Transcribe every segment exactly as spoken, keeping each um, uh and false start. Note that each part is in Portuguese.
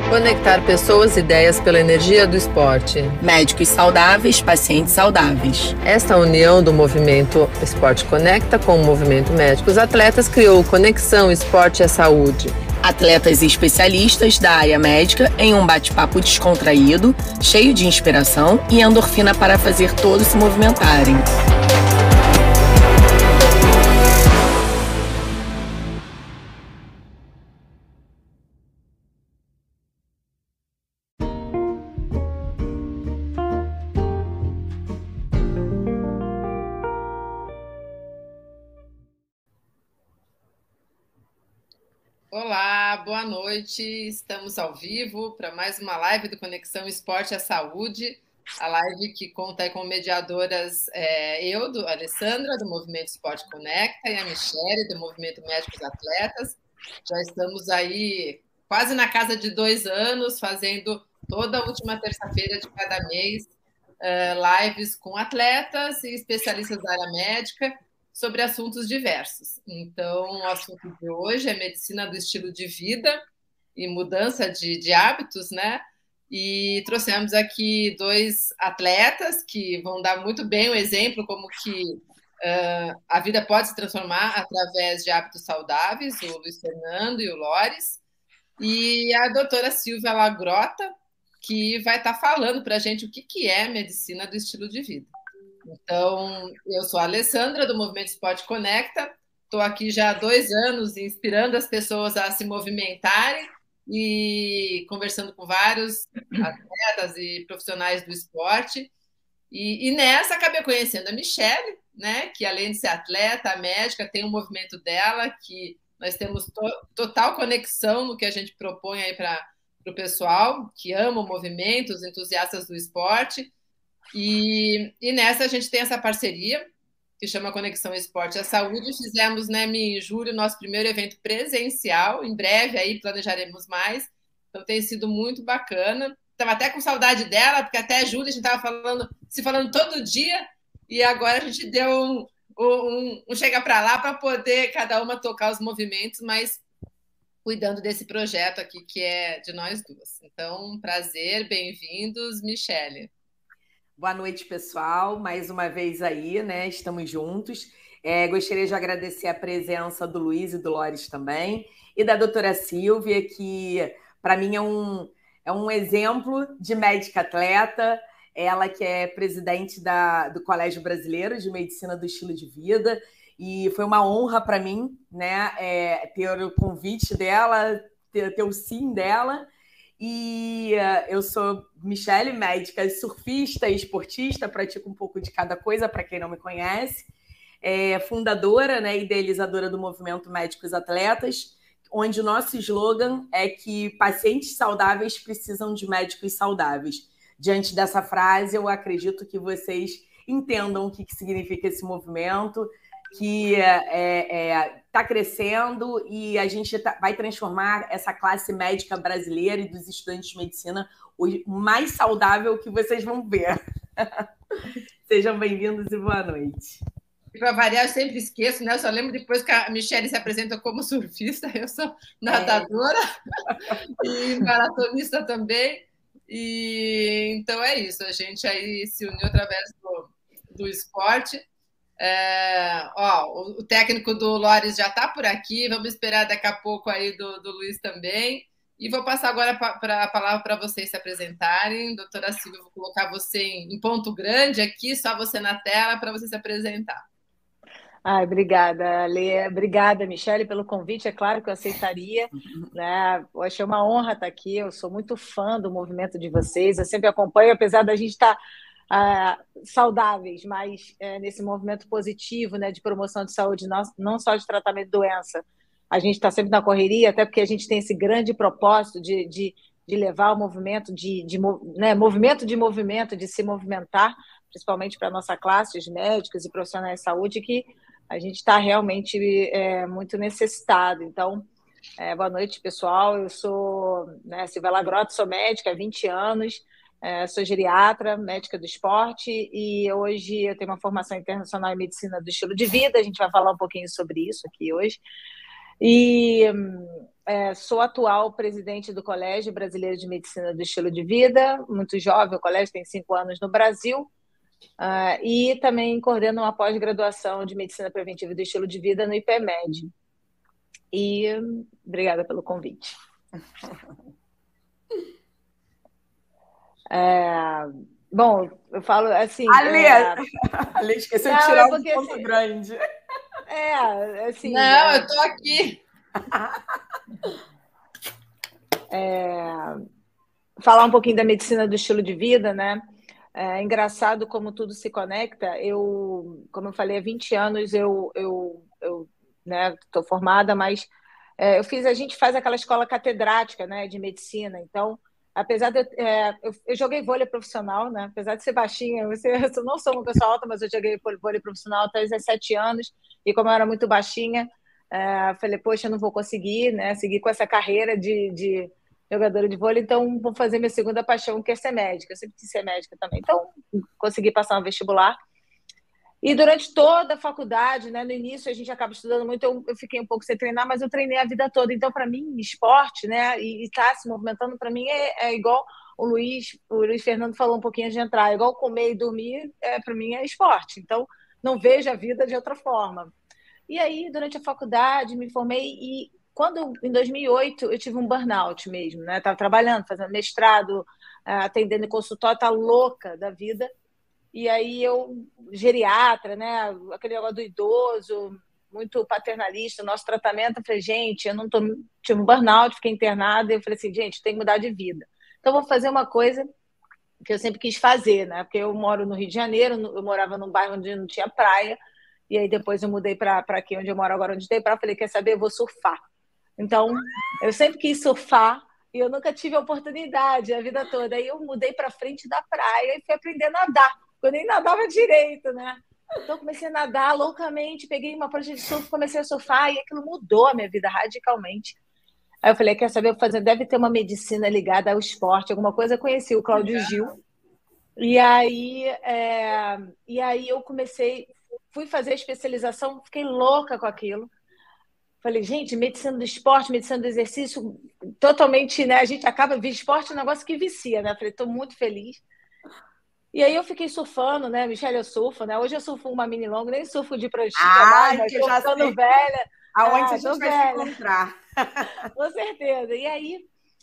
Conectar pessoas e ideias pela energia do esporte. Médicos saudáveis, pacientes saudáveis. Esta união do movimento Esporte Conecta com o movimento Médicos Atletas criou Conexão Esporte e Saúde. Atletas e especialistas da área médica em um bate-papo descontraído, cheio de inspiração e endorfina para fazer todos se movimentarem. Olá, boa noite. Estamos ao vivo para mais uma live do Conexão Esporte à Saúde. A live que conta aí com mediadoras, é, eu, do, a Alessandra, do Movimento Esporte Conecta, e a Michele, do Movimento Médicos Atletas. Já estamos aí quase na casa de dois anos, fazendo toda a última terça-feira de cada mês uh, lives com atletas e especialistas da área médica, sobre assuntos diversos. Então, o assunto de hoje é medicina do estilo de vida e mudança de, de hábitos, né? E trouxemos aqui dois atletas que vão dar muito bem o exemplo como que uh, a vida pode se transformar através de hábitos saudáveis, o Luiz Fernando e o Lores, e a doutora Silvia Lagrota, que vai estar falando para a gente o que, que é medicina do estilo de vida. Então, eu sou a Alessandra, do Movimento Esporte Conecta, estou aqui já há dois anos inspirando as pessoas a se movimentarem e conversando com vários atletas e profissionais do esporte. E, e nessa acabei conhecendo a Michele, né, que além de ser atleta, médica, tem um movimento dela, que nós temos to- total conexão no que a gente propõe aí para o pessoal, que ama o movimento, os entusiastas do esporte. E, e nessa a gente tem essa parceria que chama Conexão Esporte à Saúde. Fizemos, né, em julho, nosso primeiro evento presencial. Em breve aí planejaremos mais. Então tem sido muito bacana. Estava até com saudade dela, porque até julho a gente estava falando, se falando todo dia, e agora a gente deu um, um, um chega para lá para poder cada uma tocar os movimentos, mas cuidando desse projeto aqui que é de nós duas. Então, prazer, bem-vindos, Michele. Boa noite, pessoal. Mais uma vez aí, né? Estamos juntos. É, gostaria de agradecer a presença do Luiz e do Lores também, e da doutora Silvia, que para mim é um, é um exemplo de médica atleta. Ela que é presidente da, do Colégio Brasileiro de Medicina do Estilo de Vida, e foi uma honra para mim, né, é, ter o convite dela, ter, ter o sim dela. E uh, eu sou Michele, médica, surfista e esportista, pratico um pouco de cada coisa, para quem não me conhece. É fundadora, né, idealizadora do Movimento Médicos Atletas, onde o nosso slogan é que pacientes saudáveis precisam de médicos saudáveis. Diante dessa frase, eu acredito que vocês entendam o que, que significa esse movimento, que está é, é, tá crescendo, e a gente tá, vai transformar essa classe médica brasileira e dos estudantes de medicina o mais saudável que vocês vão ver. Sejam bem-vindos e boa noite. E para variar, eu sempre esqueço, né? Eu só lembro depois que a Michele se apresentou como surfista, eu sou nadadora é. e maratonista também. E então é isso, a gente aí se uniu através do, do esporte. É, ó, o técnico do Lores já está por aqui, vamos esperar daqui a pouco aí do, do Luiz também, e vou passar agora pra, pra, a palavra para vocês se apresentarem. Doutora Silvia, vou colocar você em, em ponto grande aqui, só você na tela, para você se apresentar. Ai, obrigada, Lê. Obrigada, Michele, pelo convite. É claro que eu aceitaria, né? Eu achei uma honra estar aqui, eu sou muito fã do movimento de vocês, eu sempre acompanho, apesar da gente estar Uh, saudáveis, mas uh, nesse movimento positivo, né, de promoção de saúde, não, não só de tratamento de doença. A gente está sempre na correria, até porque a gente tem esse grande propósito de, de, de levar o movimento de, de né, movimento de movimento, de se movimentar, principalmente para a nossa classe, de médicos e profissionais de saúde, que a gente está realmente é, muito necessitado. Então, é, boa noite, pessoal. Eu sou, né, Silvia Lagrota, sou médica há vinte anos, É, sou geriatra, médica do esporte, e hoje eu tenho uma formação internacional em medicina do estilo de vida. A gente vai falar um pouquinho sobre isso aqui hoje. E é, sou atual presidente do Colégio Brasileiro de Medicina do Estilo de Vida, muito jovem, o colégio tem cinco anos no Brasil, uh, e também coordeno uma pós-graduação de Medicina Preventiva do Estilo de Vida no I P E M E D. E obrigada pelo convite. É, bom, eu falo assim... Ale, é, Ale esqueceu não, de tirar é um porque, ponto assim, grande. É, assim... Não, é, eu tô aqui. É, falar um pouquinho da medicina do estilo de vida, né? É engraçado como tudo se conecta. Eu, como eu falei, há vinte anos eu, eu, eu né, estou formada, mas é, eu fiz, a gente faz aquela escola catedrática, né, de medicina. Então, apesar de eu, é, eu, eu joguei vôlei profissional, né? Apesar de ser baixinha, eu, eu não sou uma pessoa alta, mas eu joguei vôlei profissional até os dezessete anos, e como eu era muito baixinha, é, falei, poxa, eu não vou conseguir, né, seguir com essa carreira de, de jogadora de vôlei, então vou fazer minha segunda paixão, que é ser médica. Eu sempre quis ser médica também. Então, consegui passar no vestibular. E durante toda a faculdade, né, no início a gente acaba estudando muito, eu, eu fiquei um pouco sem treinar, mas eu treinei a vida toda. Então, para mim, esporte, né, e estar tá se movimentando, para mim é, é igual o Luiz, o Luiz Fernando falou um pouquinho de entrar, é igual comer e dormir, é, para mim é esporte. Então, não vejo a vida de outra forma. E aí, durante a faculdade, me formei e quando, em dois mil e oito, eu tive um burnout mesmo, né? Estava trabalhando, fazendo mestrado, atendendo em consultório, estava louca da vida. E aí eu, geriatra, né? Aquele negócio do idoso, muito paternalista, nosso tratamento, eu falei, gente, eu não tô... Tive um burnout, fiquei internada, e eu falei assim, gente, tem que mudar de vida. Então, vou fazer uma coisa que eu sempre quis fazer, né? Porque eu moro no Rio de Janeiro, eu morava num bairro onde não tinha praia, e aí depois eu mudei para aqui, onde eu moro agora, onde tem praia, falei, quer saber, eu vou surfar. Então, eu sempre quis surfar e eu nunca tive a oportunidade a vida toda. Aí eu mudei para frente da praia e fui aprender a nadar. Eu nem nadava direito, né? Então, comecei a nadar loucamente, peguei uma prancha de surf, comecei a surfar e aquilo mudou a minha vida radicalmente. Aí eu falei, quer saber, eu vou fazer, deve ter uma medicina ligada ao esporte, alguma coisa. Eu conheci o Cláudio Gil. E aí, é... e aí eu comecei, fui fazer a especialização, fiquei louca com aquilo. Falei, gente, medicina do esporte, medicina do exercício, totalmente, né? A gente acaba vendo esporte, é um negócio que vicia, né? Falei, estou muito feliz. E aí eu fiquei surfando, né? Michelle, eu surfo, né? Hoje eu surfo uma mini longa, nem surfo de pranchinha ah, mais, mas estou ficando velha. Aonde ah, a gente vai velha. se encontrar. Com certeza. E aí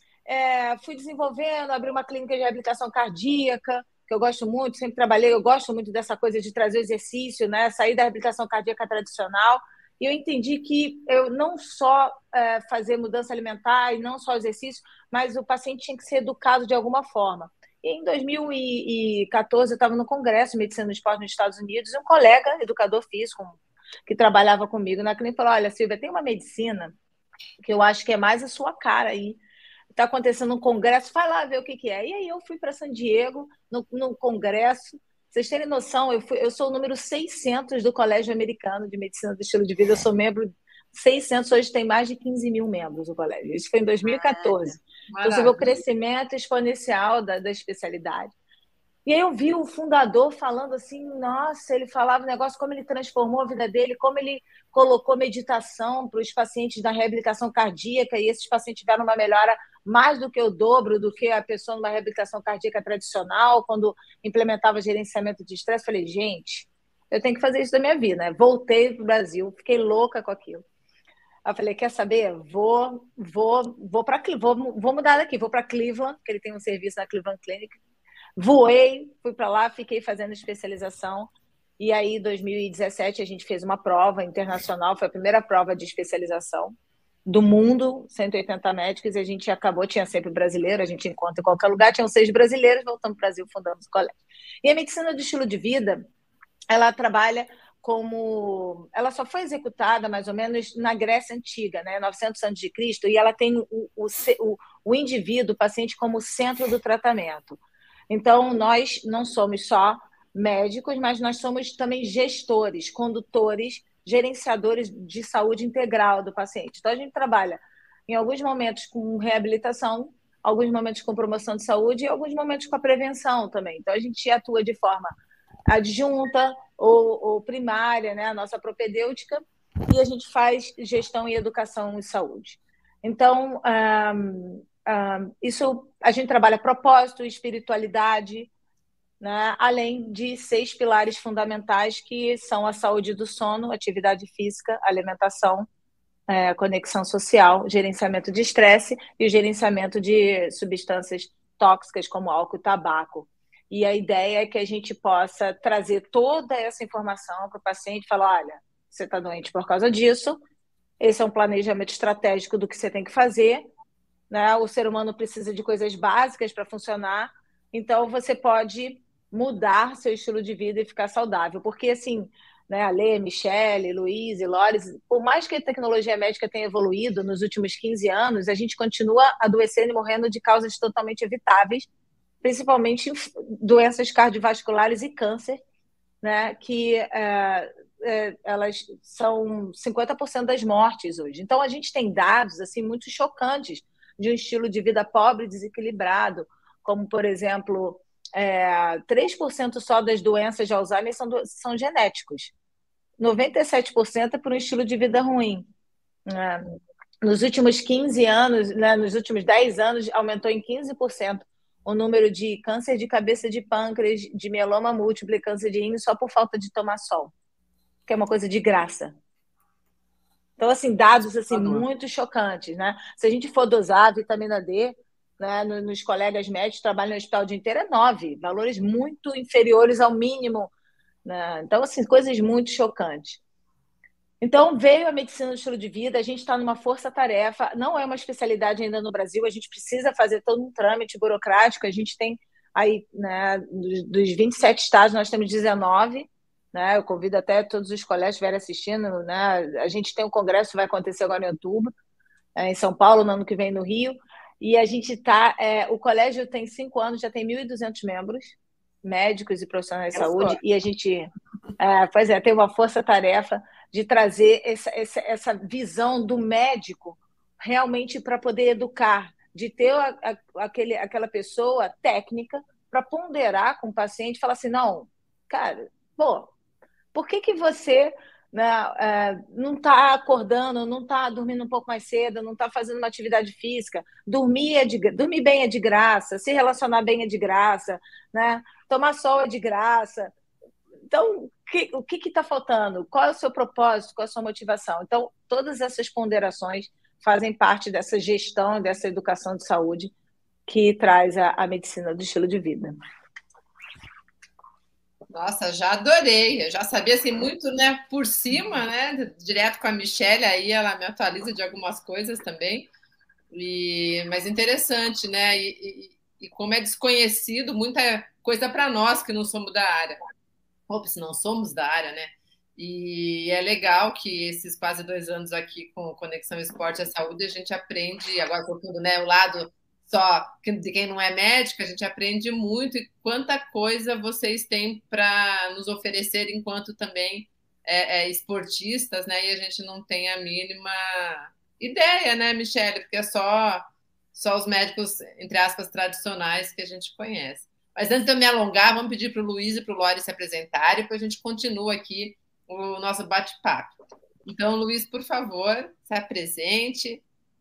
é, fui desenvolvendo, abri uma clínica de reabilitação cardíaca, que eu gosto muito, sempre trabalhei, eu gosto muito dessa coisa de trazer o exercício, né? Sair da reabilitação cardíaca tradicional. E eu entendi que eu não só é, fazer mudança alimentar e não só exercício, mas o paciente tinha que ser educado de alguma forma. E em dois mil e quatorze, eu estava no Congresso de Medicina do Esporte nos Estados Unidos, e um colega, educador físico, que trabalhava comigo na clínica, falou, olha, Silvia, tem uma medicina que eu acho que é mais a sua cara aí. Está acontecendo um congresso, vai lá ver o que, que é. E aí eu fui para San Diego, no, no congresso. Vocês terem noção, eu, fui, eu sou o número seiscentos do Colégio Americano de Medicina do Estilo de Vida, eu sou membro seiscentos, hoje tem mais de quinze mil membros o colégio. Isso foi em dois mil e quatorze. Então, você vê o crescimento exponencial da, da especialidade. E aí eu vi o fundador falando assim, nossa, ele falava um negócio, como ele transformou a vida dele, como ele colocou meditação para os pacientes da reabilitação cardíaca, e esses pacientes tiveram uma melhora mais do que o dobro do que a pessoa numa reabilitação cardíaca tradicional, quando implementava gerenciamento de estresse. Falei, gente, eu tenho que fazer isso da minha vida, né? Voltei para o Brasil, fiquei louca com aquilo. Aí eu falei, quer saber? Vou, vou, vou para vou, vou mudar daqui, vou para Cleveland, que ele tem um serviço na Cleveland Clinic. Voei, fui para lá, fiquei fazendo especialização. E aí, em dois mil e dezessete, a gente fez uma prova internacional, foi a primeira prova de especialização do mundo, cento e oitenta médicos, e a gente acabou, tinha sempre brasileiro, a gente encontra em qualquer lugar, tinham seis brasileiros, voltamos para o Brasil, fundamos o colégio. E a medicina do estilo de vida, ela trabalha como... Ela só foi executada, mais ou menos, na Grécia Antiga, né, novecentos antes de Cristo, e ela tem o, o, o, o indivíduo, o paciente, como centro do tratamento. Então, nós não somos só médicos, mas nós somos também gestores, condutores, gerenciadores de saúde integral do paciente. Então, a gente trabalha, em alguns momentos, com reabilitação, alguns momentos com promoção de saúde e alguns momentos com a prevenção também. Então, a gente atua de forma adjunta ou, ou primária, né, a nossa propedêutica, e a gente faz gestão e educação em saúde. Então, um, um, isso a gente trabalha propósito, espiritualidade, né? Além de seis pilares fundamentais que são a saúde do sono, atividade física, alimentação, é, conexão social, gerenciamento de estresse e o gerenciamento de substâncias tóxicas como álcool e tabaco. E a ideia é que a gente possa trazer toda essa informação para o paciente e falar, olha, você está doente por causa disso, esse é um planejamento estratégico do que você tem que fazer, né? O ser humano precisa de coisas básicas para funcionar, então você pode mudar seu estilo de vida e ficar saudável. Porque, assim, né, a Lê, Michele, Luiz e Lores, por mais que a tecnologia médica tenha evoluído nos últimos quinze anos, a gente continua adoecendo e morrendo de causas totalmente evitáveis, principalmente doenças cardiovasculares e câncer, né, que é, é, elas são cinquenta por cento das mortes hoje. Então, a gente tem dados assim muito chocantes de um estilo de vida pobre e desequilibrado, como, por exemplo, é, três por cento só das doenças de Alzheimer são, são genéticos. noventa e sete por cento é por um estilo de vida ruim. Né? Nos últimos quinze anos, né, nos últimos dez anos, aumentou em quinze por cento o número de câncer de cabeça de pâncreas, de mieloma múltiplo e câncer de rim só por falta de tomar sol, que é uma coisa de graça. Então, assim, dados assim, muito chocantes, né? Se a gente for dosar a vitamina D, né, nos colegas médicos que trabalham no hospital o dia inteiro, é nove, valores muito inferiores ao mínimo, né? Então, assim, coisas muito chocantes. Então, veio a medicina do estilo de vida, a gente está numa força-tarefa, não é uma especialidade ainda no Brasil, a gente precisa fazer todo um trâmite burocrático, a gente tem aí, né, dos vinte e sete estados, nós temos dezenove, né, eu convido até todos os colegas que estiverem assistindo, né, a gente tem um congresso que vai acontecer agora em outubro, é, em São Paulo, no ano que vem no Rio, e a gente está, é, o colégio tem cinco anos, já tem mil e duzentos membros, médicos e profissionais de saúde, e a gente, é, pois é, tem uma força-tarefa de trazer essa, essa, essa visão do médico realmente para poder educar, de ter a, a, aquele, aquela pessoa técnica para ponderar com o paciente e falar assim, não, cara, pô, por que, que você, né, é, não está acordando, não está dormindo um pouco mais cedo, não está fazendo uma atividade física? Dormir, é de, dormir bem é de graça, se relacionar bem é de graça, né? Tomar sol é de graça. Então, que, o que está faltando? Qual é o seu propósito? Qual é a sua motivação? Então, todas essas ponderações fazem parte dessa gestão, dessa educação de saúde que traz a, a medicina do estilo de vida. Nossa, já adorei. Eu já sabia assim, muito, né, por cima, né, direto com a Michele, aí ela me atualiza de algumas coisas também. E, mas interessante, né? E, e, e como é desconhecido, muita coisa para nós que não somos da área. Ops, não somos da área, né? E é legal que esses quase dois anos aqui com Conexão Esporte e Saúde a gente aprende, agora colocando, né, o lado só de quem não é médico, a gente aprende muito e quanta coisa vocês têm para nos oferecer enquanto também é, é, esportistas, né? E a gente não tem a mínima ideia, né, Michele? Porque é só, só os médicos, entre aspas, tradicionais que a gente conhece. Mas antes de eu me alongar, vamos pedir para o Luiz e para o Lore se apresentarem, depois a gente continua aqui o nosso bate-papo. Então, Luiz, por favor, se apresente.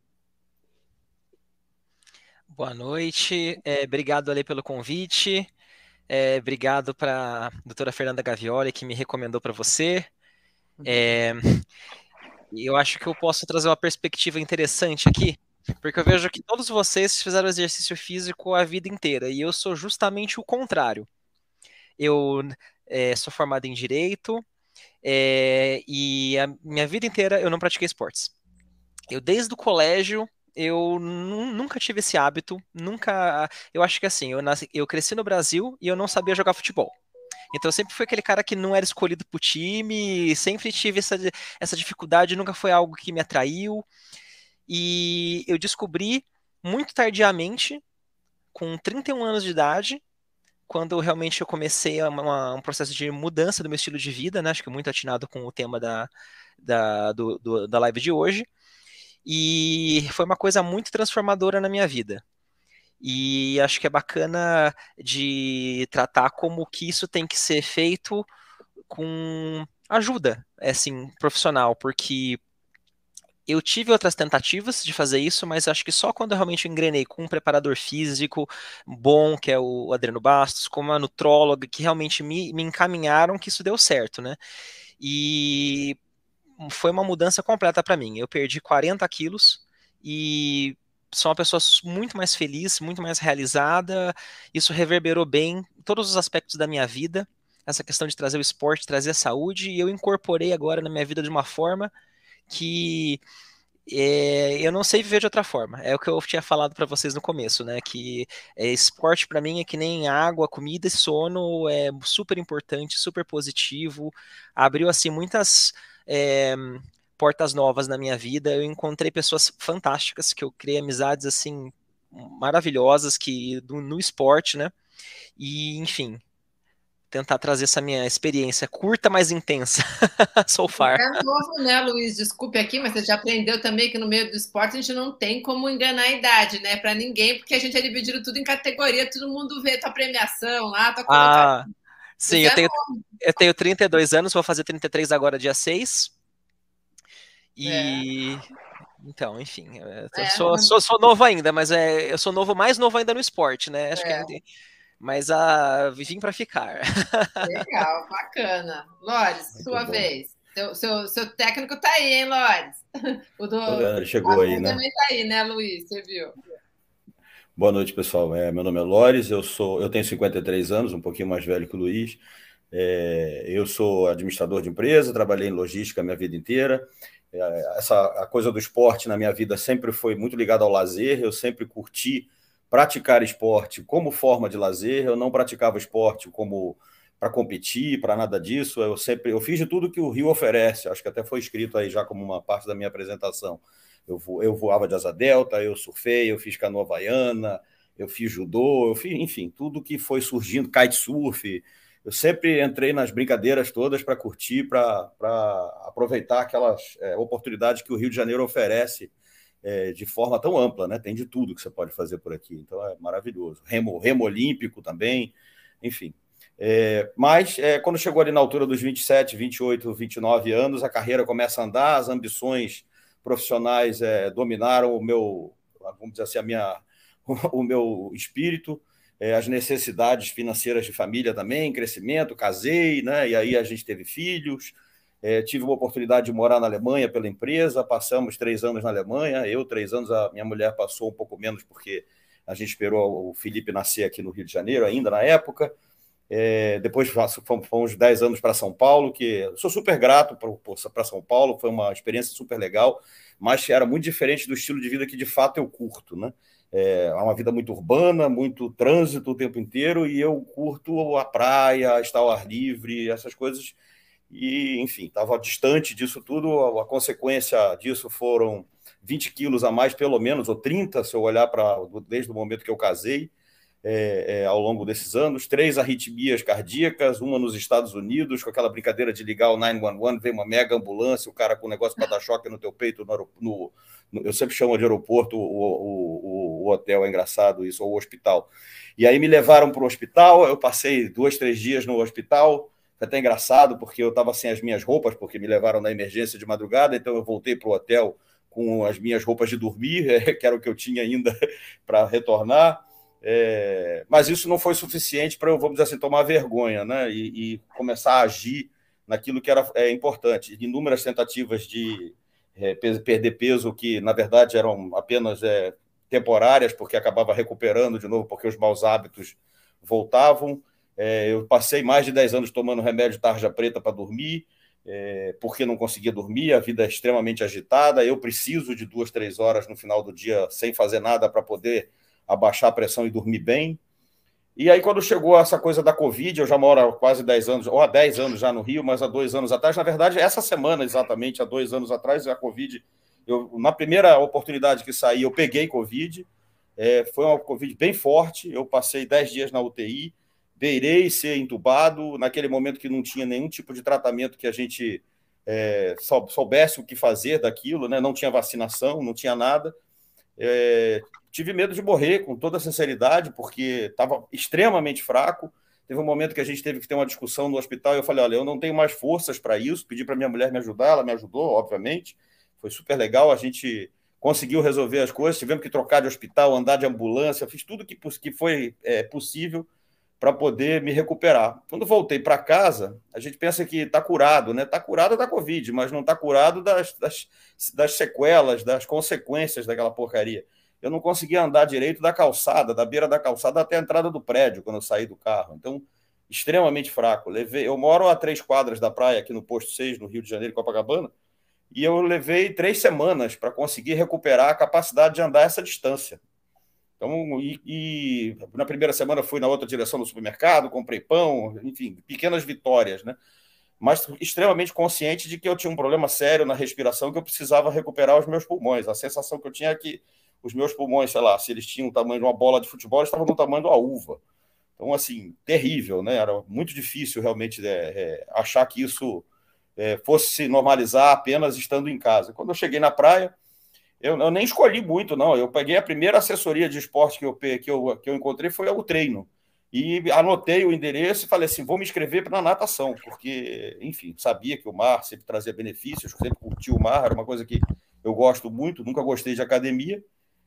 Boa noite, é, obrigado, Ale, pelo convite, é, obrigado para a doutora Fernanda Gavioli, que me recomendou para você. É, eu acho que eu posso trazer uma perspectiva interessante aqui, porque eu vejo que todos vocês fizeram exercício físico a vida inteira, e eu sou justamente o contrário. Eu é, sou formado em Direito, é, e a minha vida inteira eu não pratiquei esportes. Eu, desde o colégio, eu nunca tive esse hábito, nunca... Eu acho que assim, eu, nasci, eu cresci no Brasil e eu não sabia jogar futebol. Então eu sempre fui aquele cara que não era escolhido pro time, sempre tive essa, essa dificuldade, nunca foi algo que me atraiu. E eu descobri muito tardiamente, com trinta e um anos de idade, quando realmente eu comecei uma, um processo de mudança do meu estilo de vida, né? Acho que muito atinado com o tema da, da, do, do, da live de hoje. E foi uma coisa muito transformadora na minha vida. E acho que é bacana de tratar como que isso tem que ser feito com ajuda, assim, profissional, porque eu tive outras tentativas de fazer isso, mas acho que só quando eu realmente engrenei com um preparador físico bom, que é o Adriano Bastos, com uma nutróloga, que realmente me, me encaminharam que isso deu certo, né? E foi uma mudança completa para mim. Eu perdi quarenta quilos e sou uma pessoa muito mais feliz, muito mais realizada. Isso reverberou bem em todos os aspectos da minha vida. Essa questão de trazer o esporte, trazer a saúde, e eu incorporei agora na minha vida de uma forma que é, eu não sei viver de outra forma. É o que eu tinha falado para vocês no começo, né? Que é, esporte para mim é que nem água, comida e sono, é super importante, super positivo. Abriu assim muitas é, portas novas na minha vida. Eu encontrei pessoas fantásticas que eu criei amizades assim maravilhosas que no, no esporte, né? E enfim, tentar trazer essa minha experiência curta, mas intensa, so far. É novo, né, Luiz? Desculpe aqui, mas você já aprendeu também que no meio do esporte a gente não tem como enganar a idade, né? Para ninguém, porque a gente é dividido tudo em categoria, todo mundo vê tua premiação lá, tua colocação. Ah, sim, eu tenho, eu tenho trinta e dois anos, vou fazer trinta e três agora, dia seis. E. É. Então, enfim, eu É, sou, sou, sou novo ainda, mas é, eu sou novo, mais novo ainda no esporte, né? Acho é. que. Mas a vim para ficar. Legal, bacana. Lores, muito sua bom. Vez. Seu, seu, seu técnico tá aí, hein, Lores? O do Ele chegou aí, né? também tá aí, né, Luiz? Você viu? Boa noite, pessoal. É, meu nome é Lores, eu, sou, eu tenho cinquenta e três anos, um pouquinho mais velho que o Luiz. É, eu sou administrador de empresa, trabalhei em logística a minha vida inteira. É, essa, a coisa do esporte na minha vida sempre foi muito ligada ao lazer, eu sempre curti praticar esporte como forma de lazer, eu não praticava esporte como para competir, para nada disso, eu sempre eu fiz de tudo que o Rio oferece, acho que até foi escrito aí já como uma parte da minha apresentação. Eu, vo, eu voava de asa delta, eu surfei, eu fiz canoa havaiana, eu fiz judô, eu fiz, enfim, tudo que foi surgindo, kitesurf, eu sempre entrei nas brincadeiras todas para curtir, para aproveitar aquelas é, oportunidades que o Rio de Janeiro oferece É, de forma tão ampla, né? Tem de tudo que você pode fazer por aqui, então é maravilhoso. Remo, remo olímpico também, enfim. É, mas é, quando chegou ali na altura dos vinte e sete, vinte e oito, vinte e nove anos, a carreira começa a andar, as ambições profissionais é, dominaram o meu, vamos dizer assim, a minha, o meu espírito, é, as necessidades financeiras de família também, crescimento, casei, né? E aí a gente teve filhos. É, tive uma oportunidade de morar na Alemanha pela empresa, passamos três anos na Alemanha, eu três anos, a minha mulher passou um pouco menos, porque a gente esperou o Felipe nascer aqui no Rio de Janeiro, ainda na época. É, depois fomos dez anos para São Paulo, que sou super grato para São Paulo, foi uma experiência super legal, mas era muito diferente do estilo de vida que de fato eu curto, né? É uma vida muito urbana, muito trânsito o tempo inteiro, e eu curto a praia, estar ao ar livre, essas coisas. E, enfim, estava distante disso tudo, a, a consequência disso foram vinte quilos a mais, pelo menos, ou trinta, se eu olhar para desde o momento que eu casei, é, é, ao longo desses anos, três arritmias cardíacas, uma nos Estados Unidos, com aquela brincadeira de ligar o nove um um, vem uma mega ambulância, o cara com um negócio para dar choque no teu peito, no, no, no, eu sempre chamo de aeroporto, o, o, o, o hotel, é engraçado isso, ou o hospital. E aí me levaram para o hospital, eu passei dois, três dias no hospital. Foi até engraçado, porque eu estava sem as minhas roupas, porque me levaram na emergência de madrugada, então eu voltei para o hotel com as minhas roupas de dormir, que era o que eu tinha ainda para retornar. É, mas isso não foi suficiente para eu, vamos dizer assim, tomar vergonha, né? E, e começar a agir naquilo que era é, importante. Inúmeras tentativas de é, perder peso, que na verdade eram apenas é, temporárias, porque acabava recuperando de novo, porque os maus hábitos voltavam. É, eu passei mais de dez anos tomando remédio de tarja preta para dormir, é, porque não conseguia dormir, a vida é extremamente agitada, eu preciso de duas, três horas no final do dia sem fazer nada para poder abaixar a pressão e dormir bem. E aí, quando chegou essa coisa da Covid, eu já moro há quase dez anos, ou há dez anos já no Rio, mas há dois anos atrás, na verdade, essa semana exatamente, há dois anos atrás, a Covid, eu, na primeira oportunidade que saí, eu peguei Covid, é, foi uma Covid bem forte, eu passei dez dias na U T I, beirei ser entubado, naquele momento que não tinha nenhum tipo de tratamento que a gente é, soubesse o que fazer daquilo, né? Não tinha vacinação, não tinha nada. É, tive medo de morrer, com toda a sinceridade, porque estava extremamente fraco. Teve um momento que a gente teve que ter uma discussão no hospital e eu falei, olha, eu não tenho mais forças para isso, pedi para minha mulher me ajudar, ela me ajudou, obviamente. foi super legal, a gente conseguiu resolver as coisas, tivemos que trocar de hospital, andar de ambulância, fiz tudo que, que foi é, possível para poder me recuperar. Quando voltei para casa, a gente pensa que está curado, né? Está curado da Covid, mas não está curado das, das, das sequelas, das consequências daquela porcaria. Eu não conseguia andar direito da calçada, da beira da calçada até a entrada do prédio, quando eu saí do carro. Então, extremamente fraco. Levei, eu moro a três quadras da praia, aqui no Posto seis, no Rio de Janeiro, Copacabana, e eu levei três semanas para conseguir recuperar a capacidade de andar essa distância. Então, e, e na primeira semana fui na outra direção do supermercado, comprei pão, enfim, pequenas vitórias, né? Mas extremamente consciente de que eu tinha um problema sério na respiração, que eu precisava recuperar os meus pulmões. A sensação que eu tinha é que os meus pulmões, sei lá, se eles tinham o tamanho de uma bola de futebol, eles estavam no tamanho de uma uva. Então, assim, terrível, né? Era muito difícil realmente é, é, achar que isso é, fosse se normalizar apenas estando em casa. Quando eu cheguei na praia, eu, eu nem escolhi muito, não. Eu peguei a primeira assessoria de esporte que eu, que eu, que eu encontrei, foi o treino. E anotei o endereço e falei assim, vou me inscrever para a natação, porque, enfim, sabia que o mar sempre trazia benefícios, sempre curti o mar, era uma coisa que eu gosto muito, nunca gostei de academia,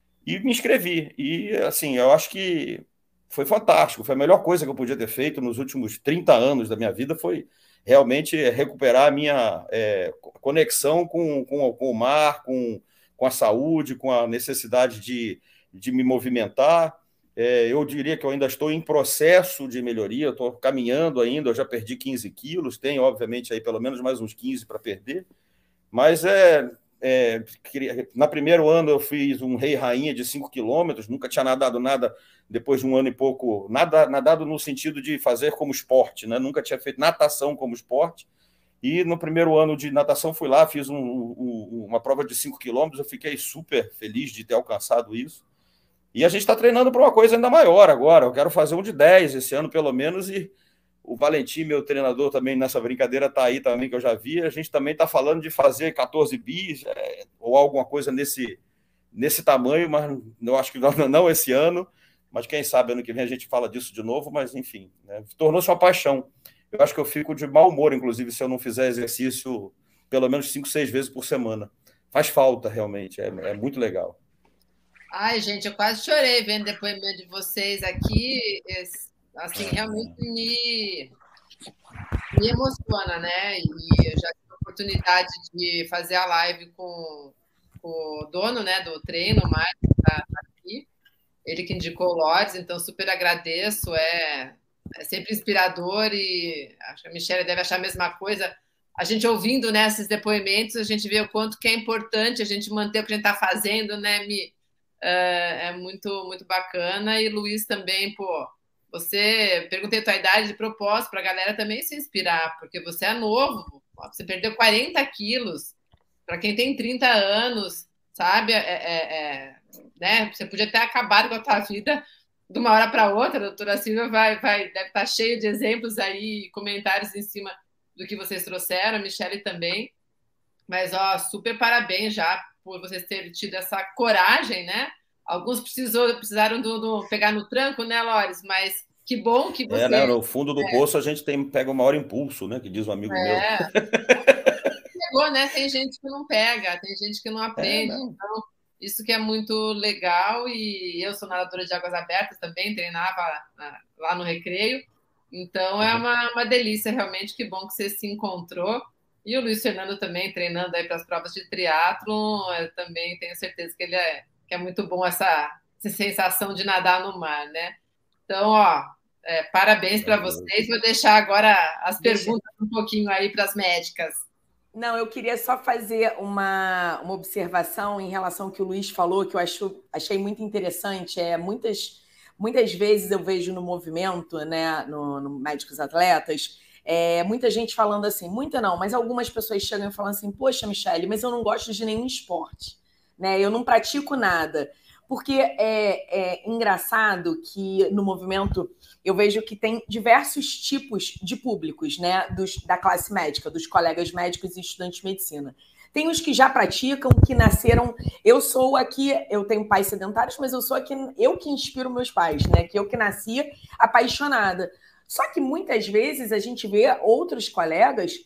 e me inscrevi. E, assim, eu acho que foi fantástico, foi a melhor coisa que eu podia ter feito nos últimos trinta anos da minha vida, foi realmente recuperar a minha é, conexão com, com, com o mar, com, com a saúde, com a necessidade de, de me movimentar. É, eu diria que eu ainda estou em processo de melhoria, estou caminhando ainda, eu já perdi quinze quilos, tenho, obviamente, aí pelo menos mais uns quinze para perder, mas é, é, na primeiro ano eu fiz um rei-rainha de cinco quilômetros, nunca tinha nadado nada depois de um ano e pouco, nada, nadado no sentido de fazer como esporte, né? Nunca tinha feito natação como esporte, e no primeiro ano de natação fui lá, fiz um, um, uma prova de cinco quilômetros, eu fiquei super feliz de ter alcançado isso. E a gente está treinando para uma coisa ainda maior agora. Eu quero fazer um de dez esse ano, pelo menos, e o Valentim, meu treinador, também nessa brincadeira está aí também, que eu já vi. A gente também está falando de fazer quatorze bis, é, ou alguma coisa nesse, nesse tamanho, mas eu acho que não, não esse ano. Mas quem sabe ano que vem a gente fala disso de novo, mas enfim, né? Tornou-se uma paixão. Eu acho que eu fico de mau humor, inclusive, se eu não fizer exercício pelo menos cinco, seis vezes por semana. Faz falta, realmente, é, é muito legal. Ai, gente, eu quase chorei vendo o depoimento de vocês aqui. Assim, realmente me, me emociona, né? E eu já tive a oportunidade de fazer a live com, com o dono, né, do treino, o Mário, que está aqui. Ele que indicou o Lores, então super agradeço. É, é sempre inspirador e acho que a Michelle deve achar a mesma coisa. A gente ouvindo, né, esses depoimentos, a gente vê o quanto que é importante a gente manter o que a gente está fazendo, né, Mi? É muito, muito bacana. E Luiz também, pô, você, perguntei a tua idade de propósito para a galera também se inspirar, porque você é novo, você perdeu quarenta quilos, para quem tem trinta anos, sabe, é, é, é, né? Você podia ter acabado com a tua vida de uma hora para outra. A doutora Silvia vai, vai, deve estar cheio de exemplos aí, comentários em cima do que vocês trouxeram, a Michelle também, mas ó, super parabéns já por vocês terem tido essa coragem, né? Alguns precisou, precisaram do, do pegar no tranco, né, Lores? Mas que bom que você... É, né? No fundo do é. poço a gente tem, pega o maior impulso, né? Que diz um amigo é. meu. Pegou, né? Tem gente que não pega, tem gente que não aprende. É, não. Então, isso que é muito legal. E eu sou nadadora de águas abertas também, treinava lá no Recreio. Então, é uma, uma delícia, realmente. Que bom que você se encontrou. E o Luiz Fernando também treinando aí para as provas de triatlon, também tenho certeza que ele é, que é muito bom essa, essa sensação de nadar no mar, né? Então, ó, é, parabéns para vocês. Vou deixar agora as Deixa. perguntas um pouquinho aí para as médicas. Não, eu queria só fazer uma, uma observação em relação ao que o Luiz falou, que eu acho, achei muito interessante. É, muitas, muitas vezes eu vejo no movimento, né, no, no Médicos Atletas, É, muita gente falando assim, muita não, mas algumas pessoas chegam e falam assim, poxa, Michelle, mas eu não gosto de nenhum esporte, né? Eu não pratico nada. Porque é, é engraçado que no movimento eu vejo que tem diversos tipos de públicos, né? Dos, da classe médica, dos colegas médicos e estudantes de medicina. Tem os que já praticam, que nasceram... Eu sou aqui, eu tenho pais sedentários, mas eu sou aqui, eu que inspiro meus pais, né? Que eu que nasci apaixonada. Só que muitas vezes a gente vê outros colegas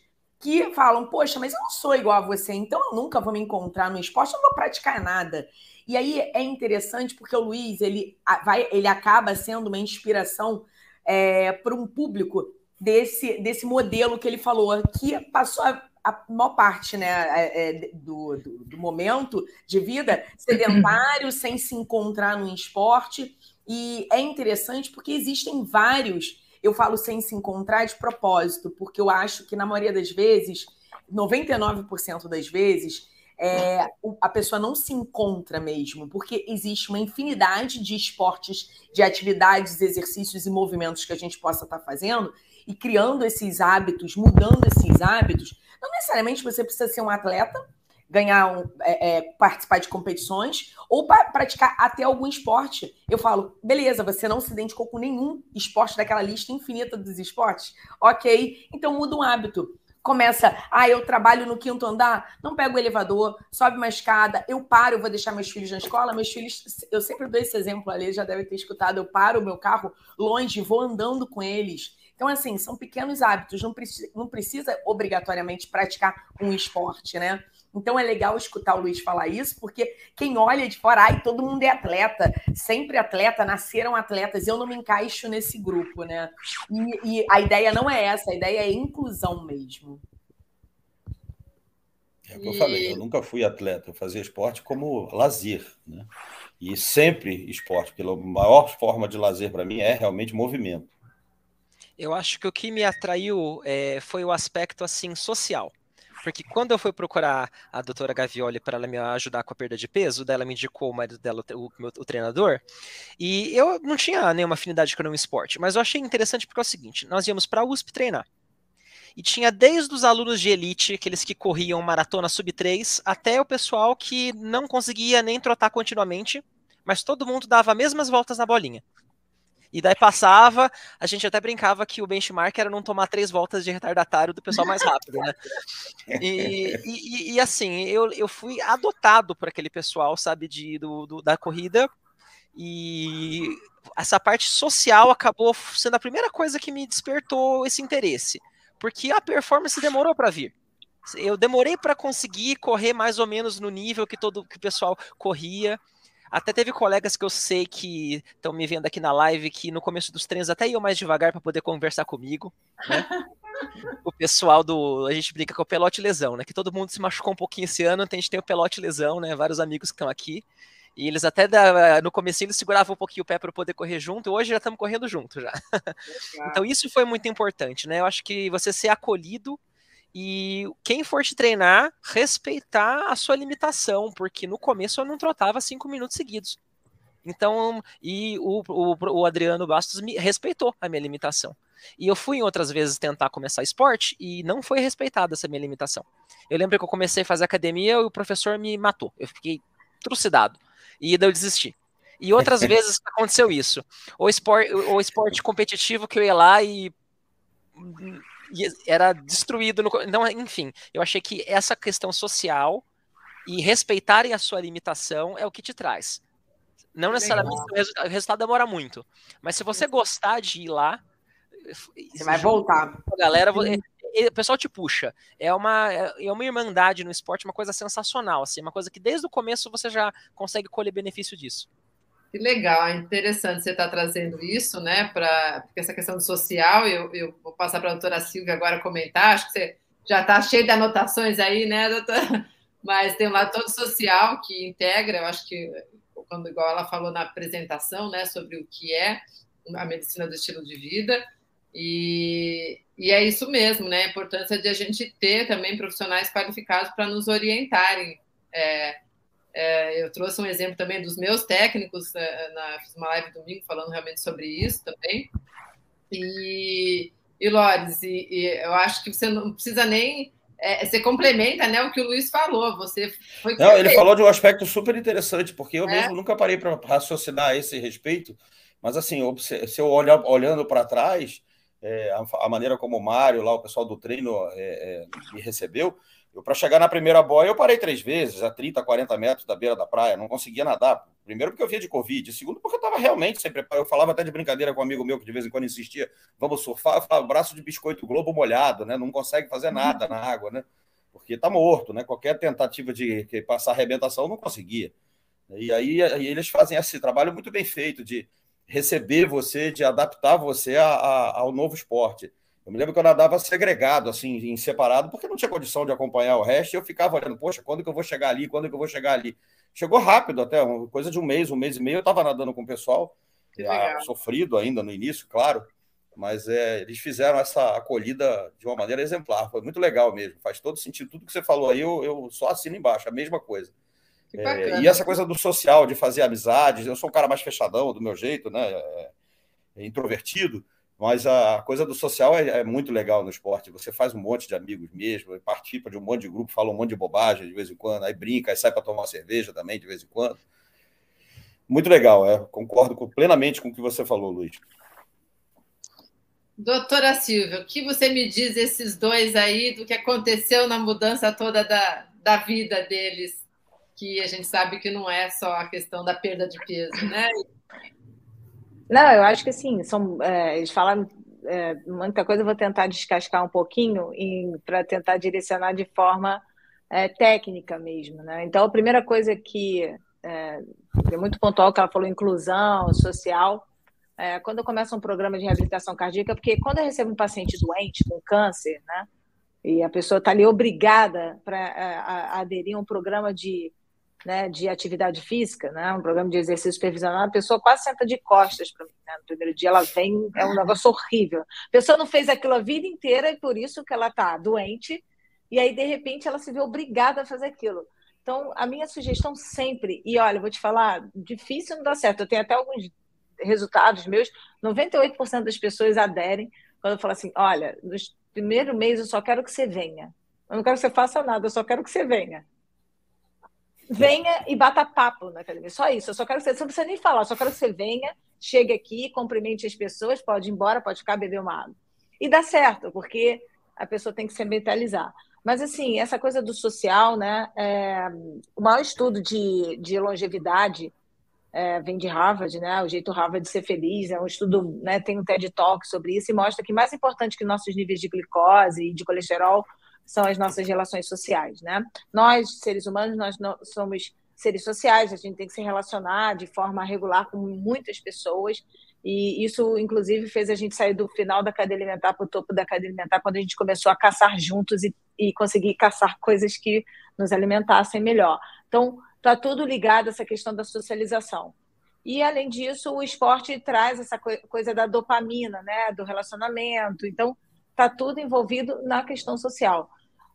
que falam, poxa, mas eu não sou igual a você, então eu nunca vou me encontrar no esporte, eu não vou praticar nada. E aí é interessante porque o Luiz, ele, vai, ele acaba sendo uma inspiração é, para um público desse, desse modelo que ele falou, que passou a, a maior parte, né, é, do, do, do momento de vida sedentário, sem se encontrar no esporte. E é interessante porque existem vários, eu falo sem se encontrar de propósito, porque eu acho que na maioria das vezes, noventa e nove por cento das vezes, é, a pessoa não se encontra mesmo, porque existe uma infinidade de esportes, de atividades, exercícios e movimentos que a gente possa estar fazendo e criando esses hábitos, mudando esses hábitos. Não necessariamente você precisa ser um atleta, ganhar um, é, é, participar de competições ou pra, praticar até algum esporte. Eu falo, beleza, você não se identificou com nenhum esporte daquela lista infinita dos esportes? Ok, então muda um hábito. Começa, ah, eu trabalho no quinto andar, não pego o elevador, sobe uma escada, eu paro, eu vou deixar meus filhos na escola, meus filhos, eu sempre dou esse exemplo ali, já deve ter escutado, eu paro o meu carro longe, vou andando com eles. Então, assim, são pequenos hábitos, não precisa, não precisa obrigatoriamente praticar um esporte, né? Então é legal escutar o Luiz falar isso, porque quem olha de fora, ai, todo mundo é atleta, sempre atleta, nasceram atletas, eu não me encaixo nesse grupo, né? E, e a ideia não é essa, a ideia é inclusão mesmo. É o que eu falei, eu nunca fui atleta, eu fazia esporte como lazer, né? E sempre esporte, porque a maior forma de lazer para mim é realmente movimento. Eu acho que o que me atraiu é, foi o aspecto assim social. Porque quando eu fui procurar a doutora Gavioli para ela me ajudar com a perda de peso, dela me indicou o marido dela, o, o, o treinador, e eu não tinha nenhuma afinidade com nenhum esporte, mas eu achei interessante porque é o seguinte, nós íamos para a U S P treinar, e tinha desde os alunos de elite, aqueles que corriam maratona sub três, até o pessoal que não conseguia nem trotar continuamente, mas todo mundo dava as mesmas voltas na bolinha. E daí passava, a gente até brincava que o benchmark era não tomar três voltas de retardatário do pessoal mais rápido, né? E, e, e assim, eu, eu fui adotado por aquele pessoal, sabe, de, do, do, da corrida, e essa parte social acabou sendo a primeira coisa que me despertou esse interesse, porque a performance demorou para vir. Eu demorei para conseguir correr mais ou menos no nível que todo que o pessoal corria. Até teve colegas que eu sei que estão me vendo aqui na live que no começo dos treinos até iam mais devagar para poder conversar comigo, né? O pessoal do... A gente brinca com o pelote lesão, né? Que todo mundo se machucou um pouquinho esse ano, então a gente tem o pelote lesão, né? Vários amigos que estão aqui. E eles até da, no comecinho eles seguravam um pouquinho o pé para poder correr junto, e hoje já estamos correndo junto já. Então isso foi muito importante, né? Eu acho que você ser acolhido e quem for te treinar, respeitar a sua limitação, porque no começo eu não trotava cinco minutos seguidos. Então, e o, o, o Adriano Bastos me respeitou a minha limitação. E eu fui em outras vezes tentar começar esporte e não foi respeitada essa minha limitação. Eu lembro que eu comecei a fazer academia e o professor me matou. Eu fiquei trucidado. E daí eu desisti. E outras vezes aconteceu isso. O esporte, o esporte competitivo que eu ia lá e... era destruído. No... Então, enfim, eu achei que essa questão social e respeitarem a sua limitação é o que te traz. Não necessariamente o resultado, o resultado demora muito, mas se você gostar de ir lá, você vai voltar. A galera, o pessoal te puxa. É uma, é uma irmandade no esporte, uma coisa sensacional, assim, uma coisa que desde o começo você já consegue colher benefício disso. Que legal, é interessante você estar trazendo isso, né? Pra, porque essa questão do social, eu, eu vou passar para a doutora Silvia agora comentar, acho que você já está cheio de anotações aí, né, doutora? Mas tem um lado todo social que integra, eu acho que, quando igual ela falou na apresentação, né, sobre o que é a medicina do estilo de vida, e, e é isso mesmo, né? A importância de a gente ter também profissionais qualificados para nos orientarem. É, É, eu trouxe um exemplo também dos meus técnicos, na, fiz uma live domingo falando realmente sobre isso também. E, e Lores, e, e eu acho que você não precisa nem... É, você complementa, né, o que o Luiz falou. Você foi não, ele falou de um aspecto super interessante, porque eu é. mesmo nunca parei para raciocinar a esse respeito, mas assim, se eu olhar olhando para trás, é, a, a maneira como o Mário, lá, o pessoal do treino, é, é, me recebeu, Para chegar na primeira boia, eu parei três vezes, a trinta, quarenta metros da beira da praia, não conseguia nadar. Primeiro porque eu vinha de Covid, segundo porque eu estava realmente sem preparo. Eu falava até de brincadeira com um amigo meu que de vez em quando insistia, vamos surfar, eu falava, braço de biscoito Globo molhado, né? Não consegue fazer nada na água, né? Porque está morto, né? Qualquer tentativa de passar arrebentação não conseguia. E aí, aí eles fazem esse trabalho muito bem feito de receber você, de adaptar você a, a, ao novo esporte. Eu me lembro que eu nadava segregado, assim, em separado, porque não tinha condição de acompanhar o resto, e eu ficava olhando, poxa, quando que eu vou chegar ali, quando que eu vou chegar ali? Chegou rápido até, coisa de um mês, um mês e meio, eu estava nadando com o pessoal, ah, sofrido ainda no início, claro, mas é, eles fizeram essa acolhida de uma maneira exemplar, foi muito legal mesmo, faz todo sentido, tudo que você falou aí, eu, eu só assino embaixo, a mesma coisa. É, e essa coisa do social, de fazer amizades, eu sou um cara mais fechadão, do meu jeito, né, é, é introvertido, mas a coisa do social é, é muito legal no esporte. Você faz um monte de amigos mesmo, participa de um monte de grupo, fala um monte de bobagem de vez em quando, aí brinca, aí sai para tomar uma cerveja também de vez em quando. Muito legal, é. Concordo com, plenamente com o que você falou, Luiz. Doutora Silvia, o que você me diz esses dois aí, do que aconteceu na mudança toda da, da vida deles, que a gente sabe que não é só a questão da perda de peso, né? Não, eu acho que assim, são, é, eles falaram é, muita coisa, eu vou tentar descascar um pouquinho para tentar direcionar de forma é, técnica mesmo, né? Então, a primeira coisa que é, é muito pontual, que ela falou, inclusão social, é, quando eu começo um programa de reabilitação cardíaca, porque quando eu recebo um paciente doente com câncer, né, e a pessoa está ali obrigada para aderir a um programa de Né, de atividade física, né, um programa de exercício supervisionado, a pessoa quase senta de costas para mim, né? No primeiro dia ela vem, é um negócio horrível. A pessoa não fez aquilo a vida inteira e por isso que ela está doente, e aí, de repente, ela se vê obrigada a fazer aquilo. Então, a minha sugestão sempre, e olha, vou te falar, difícil não dá certo, eu tenho até alguns resultados meus, noventa e oito por cento das pessoas aderem, quando eu falo assim, olha, no primeiro mês eu só quero que você venha, eu não quero que você faça nada, eu só quero que você venha. Venha e bata papo na academia, só isso, eu só quero que você, você não precisa nem falar, só quero que você venha, chegue aqui, cumprimente as pessoas, pode ir embora, pode ficar, beber uma água. E dá certo, porque a pessoa tem que se mentalizar. Mas, assim, essa coisa do social, né, é, o maior estudo de, de longevidade é, vem de Harvard, né, o jeito Harvard de ser feliz, é um estudo, né, tem um TED Talk sobre isso, e mostra que mais importante que nossos níveis de glicose e de colesterol são as nossas relações sociais, né? Nós, seres humanos, nós não, somos seres sociais, a gente tem que se relacionar de forma regular com muitas pessoas, e isso, inclusive, fez a gente sair do final da cadeia alimentar para o topo da cadeia alimentar, quando a gente começou a caçar juntos e, e conseguir caçar coisas que nos alimentassem melhor. Então, está tudo ligado a essa questão da socialização. E, além disso, o esporte traz essa coisa da dopamina, né? Do relacionamento. Então, está tudo envolvido na questão social.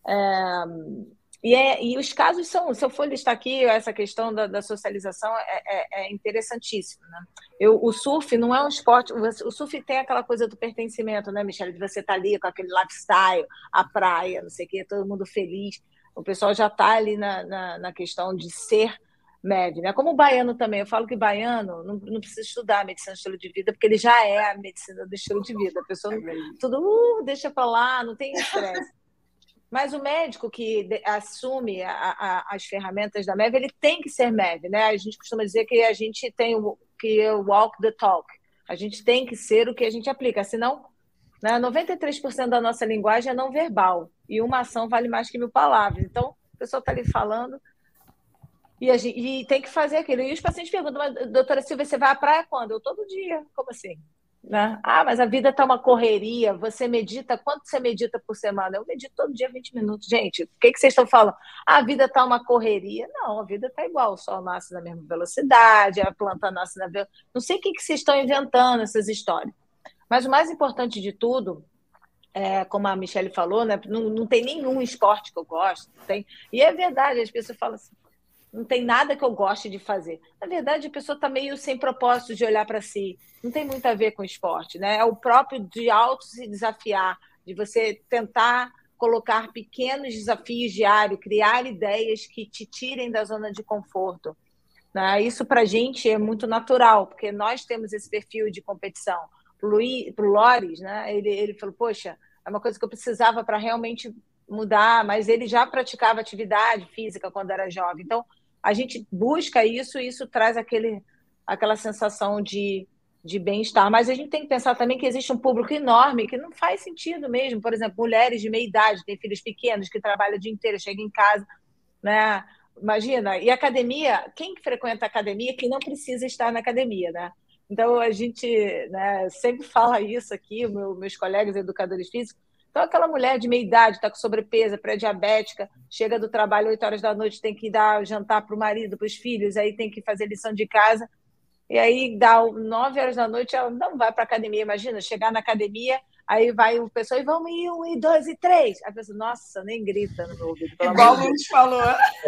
É, e, é, e os casos são, se eu for listar aqui, essa questão da, da socialização é, é, é interessantíssima, né? Eu, o surf não é um esporte, o surf tem aquela coisa do pertencimento, né, Michele? De você estar ali com aquele lifestyle, a praia, não sei o quê, todo mundo feliz. O pessoal já está ali na, na, na questão de ser M E V, né? Como o baiano também, eu falo que baiano não, não precisa estudar a medicina do estilo de vida, porque ele já é a medicina do estilo de vida. A pessoa não, tudo uh, deixa para lá, não tem estresse. Mas o médico que de, assume a, a, as ferramentas da M E V, ele tem que ser M E V, né? A gente costuma dizer que a gente tem o que é o walk the talk. A gente tem que ser o que a gente aplica, senão, né, noventa e três por cento da nossa linguagem é não verbal, e uma ação vale mais que mil palavras. Então, a pessoa está ali falando, E, a gente, e tem que fazer aquilo. E os pacientes perguntam, mas, doutora Silvia, você vai à praia quando? Eu todo dia. Como assim? Né? Ah, mas a vida está uma correria. Você medita, quanto você medita por semana? Eu medito todo dia vinte minutos. Gente, o que, que vocês estão falando? Ah, a vida está uma correria. Não, a vida está igual. O sol nasce na mesma velocidade, a planta nasce na mesma... Não sei o que, que vocês estão inventando, essas histórias. Mas o mais importante de tudo, é, como a Michele falou, né? não, não tem nenhum esporte que eu gosto. Tem... E é verdade, as pessoas falam assim, não tem nada que eu goste de fazer. Na verdade, a pessoa está meio sem propósito de olhar para si. Não tem muito a ver com esporte, né? É o próprio de auto se desafiar, de você tentar colocar pequenos desafios diários, criar ideias que te tirem da zona de conforto. Né? Isso, para a gente, é muito natural, porque nós temos esse perfil de competição. Para o Loris, né? ele, ele falou, poxa, é uma coisa que eu precisava para realmente mudar, mas ele já praticava atividade física quando era jovem. Então, a gente busca isso e isso traz aquele, aquela sensação de, de bem-estar. Mas a gente tem que pensar também que existe um público enorme que não faz sentido mesmo. Por exemplo, mulheres de meia idade, têm filhos pequenos, que trabalham o dia inteiro, chegam em casa, né? Imagina, e academia, quem frequenta a academia que não precisa estar na academia, né? Então, a gente, né, sempre fala isso aqui, meu, meus colegas educadores físicos. Então, aquela mulher de meia idade, está com sobrepeso, pré-diabética, chega do trabalho oito horas da noite, tem que dar jantar para o marido, para os filhos, aí tem que fazer lição de casa, e aí dá nove horas da noite, ela não vai para a academia. Imagina, chegar na academia, aí vai o pessoal e vamos em um, e dois, e três. A pessoa, nossa, nem grita no meu ouvido. Igual o Luiz falou.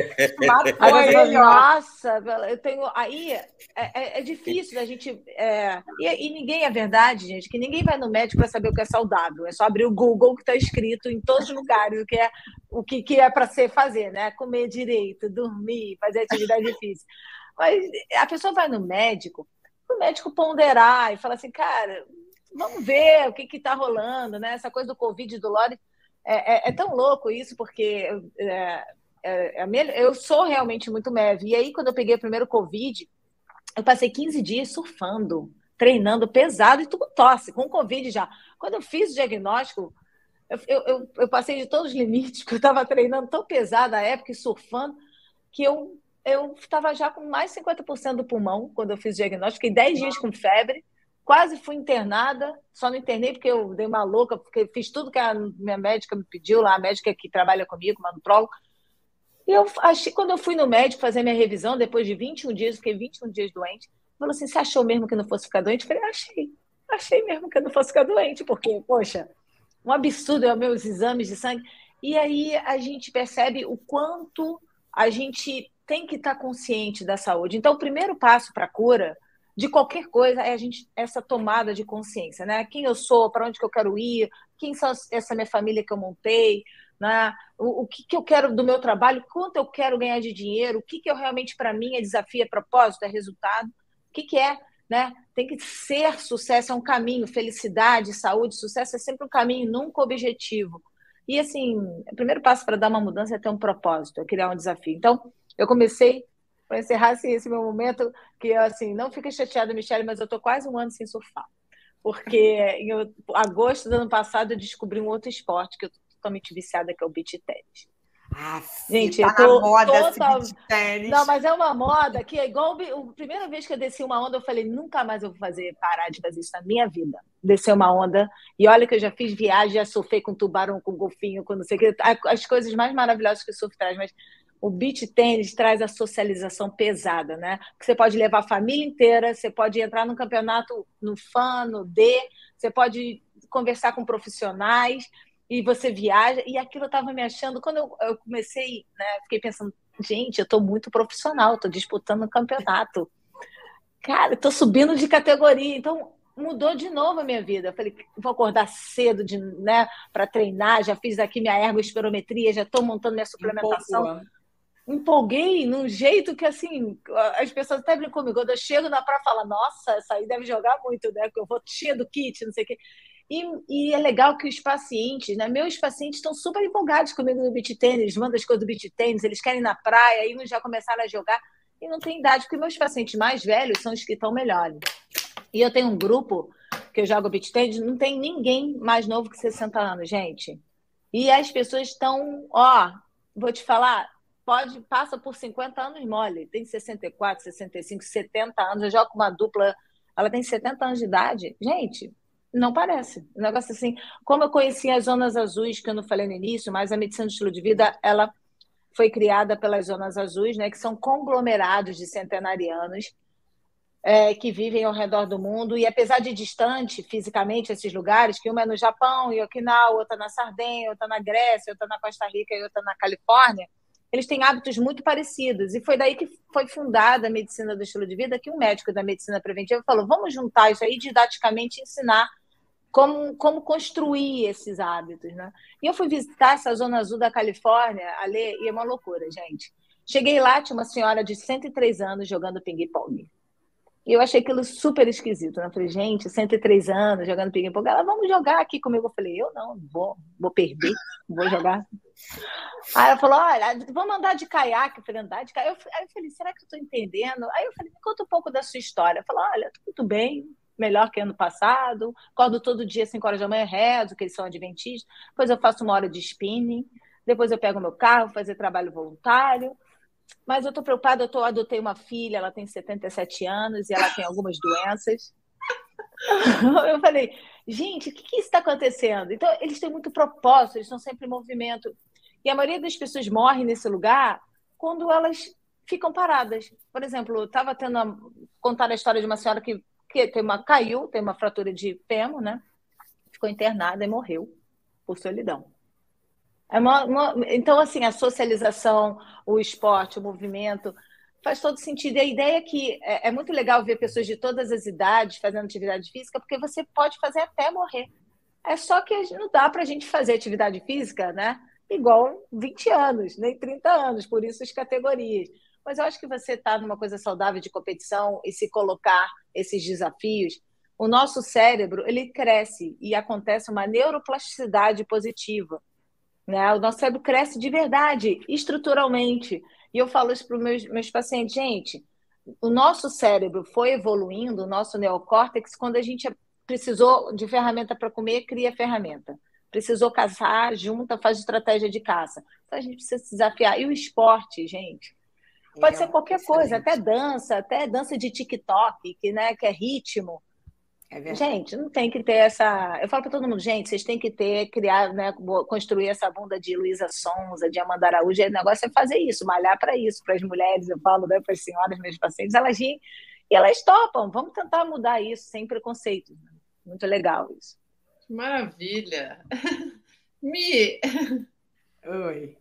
Matou ele, nossa, eu tenho. Aí é, é, é difícil da gente. É, e, e ninguém, é verdade, gente, que ninguém vai no médico para saber o que é saudável. É só abrir o Google, que está escrito em todos os lugares o que é o que, que é para ser fazer, né? Comer direito, dormir, fazer atividade difícil. Mas a pessoa vai no médico, o médico ponderar e fala assim, cara, vamos ver o que está rolando, né? Essa coisa do Covid e do Lore é, é, é tão louco isso, porque é, é, é, eu sou realmente muito leve. E aí, quando eu peguei o primeiro Covid, eu passei quinze dias surfando, treinando pesado e tudo tosse, com Covid já. Quando eu fiz o diagnóstico, eu, eu, eu passei de todos os limites, porque eu estava treinando tão pesado na época e surfando, que eu eu estava já com mais de cinquenta por cento do pulmão quando eu fiz o diagnóstico, fiquei dez dias com febre, quase fui internada, só não internei porque eu dei uma louca, porque fiz tudo que a minha médica me pediu, lá a médica que trabalha comigo, nutróloga. E eu achei, quando eu fui no médico fazer minha revisão, depois de vinte e um dias, fiquei vinte e um dias doente, falou assim, você achou mesmo que eu não fosse ficar doente? Eu falei, achei, achei mesmo que eu não fosse ficar doente, porque, poxa, um absurdo é os meus exames de sangue. E aí a gente percebe o quanto a gente tem que estar consciente da saúde. Então, o primeiro passo para a cura de qualquer coisa é a gente, essa tomada de consciência, né? Quem eu sou, para onde que eu quero ir, quem são essa minha família que eu montei, né? o, o que, que eu quero do meu trabalho, quanto eu quero ganhar de dinheiro, o que, que eu realmente, para mim, é desafio, é propósito, é resultado, o que, que é, né? Tem que ser sucesso, é um caminho, felicidade, saúde, sucesso é sempre um caminho, nunca objetivo. E, assim, o primeiro passo para dar uma mudança é ter um propósito, é criar um desafio. Então, eu comecei, para encerrar assim, esse meu momento, que assim, não fica chateada, Michele, mas eu estou quase um ano sem surfar. Porque em agosto do ano passado eu descobri um outro esporte que eu estou totalmente viciada, que é o beach tennis. Ah, gente, tá eu tô na moda total... esse beach tennis. Não, mas é uma moda que é igual... A primeira vez que eu desci uma onda, eu falei, nunca mais eu vou fazer, parar de fazer isso na minha vida. Descer uma onda. E olha que eu já fiz viagem, já surfei com tubarão, com golfinho, com não sei o que. As coisas mais maravilhosas que o surf traz, mas o beach tennis traz a socialização pesada, né? Porque você pode levar a família inteira, você pode entrar num campeonato no F A N, no D, você pode conversar com profissionais e você viaja. E aquilo eu estava me achando... Quando eu, eu comecei, né, fiquei pensando, gente, eu estou muito profissional, estou disputando um campeonato. Cara, estou subindo de categoria. Então, mudou de novo a minha vida. Eu falei, vou acordar cedo, de, né, para treinar, já fiz aqui minha ergospirometria, já estou montando minha suplementação. Empolgou. Empolguei num jeito que, assim, as pessoas até brincam comigo. Quando eu chego na praia, falam, nossa, essa aí deve jogar muito, né? Porque eu vou cheia do kit, não sei o quê. E, e é legal que os pacientes, né? Meus pacientes estão super empolgados comigo no beach tennis, eles mandam as coisas do beach tennis, eles querem ir na praia, aí uns já começaram a jogar. E não tem idade, porque meus pacientes mais velhos são os que estão melhores. E eu tenho um grupo que eu jogo beach tennis, não tem ninguém mais novo que sessenta anos, gente. E as pessoas estão, ó, vou te falar... Pode, passa por cinquenta anos mole, tem sessenta e quatro, sessenta e cinco, setenta anos, eu jogo com uma dupla, ela tem setenta anos de idade. Gente, não parece. Um negócio assim, como eu conheci as zonas azuis, que eu não falei no início, mas a medicina do estilo de vida, ela foi criada pelas zonas azuis, né, que são conglomerados de centenarianos é, que vivem ao redor do mundo, e apesar de distante fisicamente esses lugares, que uma é no Japão, em Okinawa, outra na Sardenha, outra na Grécia, outra na Costa Rica e outra na Califórnia, eles têm hábitos muito parecidos. E foi daí que foi fundada a medicina do estilo de vida, que um médico da medicina preventiva falou, vamos juntar isso aí didaticamente ensinar como, como construir esses hábitos, né? E eu fui visitar essa zona azul da Califórnia, ali, e é uma loucura, gente. Cheguei lá, tinha uma senhora de cento e três anos jogando ping-pong. E eu achei aquilo super esquisito, né? Eu falei, gente, cento e três anos, jogando pique-pongue. Ela, vamos jogar aqui comigo. Eu falei, eu não, vou, vou perder, vou jogar. Aí ela falou, olha, vamos andar de caiaque. Eu falei, andar de caiaque? Aí eu falei, será que eu estou entendendo? Aí eu falei, me conta um pouco da sua história. Eu falei, olha, tudo bem, melhor que ano passado. Acordo todo dia, cinco horas da manhã, rezo, que eles são adventistas. Depois eu faço uma hora de spinning. Depois eu pego meu carro, fazer trabalho voluntário. Mas eu estou preocupada, eu tô, adotei uma filha, ela tem setenta e sete anos e ela tem algumas doenças. Eu falei, gente, o que, que isso está acontecendo? Então, eles têm muito propósito, eles estão sempre em movimento. E a maioria das pessoas morre nesse lugar quando elas ficam paradas. Por exemplo, eu estava tendo a, contar a história de uma senhora que, que tem uma, caiu, tem uma fratura de fêmur, né? Ficou internada e morreu por solidão. É uma, uma, então, assim, a socialização, o esporte, o movimento, faz todo sentido. E a ideia é que é, é muito legal ver pessoas de todas as idades fazendo atividade física, porque você pode fazer até morrer. É só que não dá para a gente fazer atividade física, né? Igual vinte anos, nem trinta anos, por isso as categorias. Mas eu acho que você está numa coisa saudável de competição e se colocar esses desafios, o nosso cérebro, ele cresce e acontece uma neuroplasticidade positiva. Né? O nosso cérebro cresce de verdade, estruturalmente. E eu falo isso para os meus, meus pacientes. Gente, o nosso cérebro foi evoluindo, o nosso neocórtex, quando a gente precisou de ferramenta para comer, cria ferramenta. Precisou caçar, junta, faz estratégia de caça. Então a gente precisa se desafiar. E o esporte, gente, pode é, ser qualquer excelente. coisa, até dança, até dança de TikTok, que, né, que é ritmo. É gente, não tem que ter essa... Eu falo para todo mundo, gente, vocês têm que ter, criar, né, construir essa bunda de Luísa Sonza, de Amanda Araújo. O negócio é fazer isso, malhar para isso, para as mulheres, eu falo, né, para as senhoras, meus pacientes, elas riem e elas topam. Vamos tentar mudar isso sem preconceito. Muito legal isso. Maravilha. Mi, oi.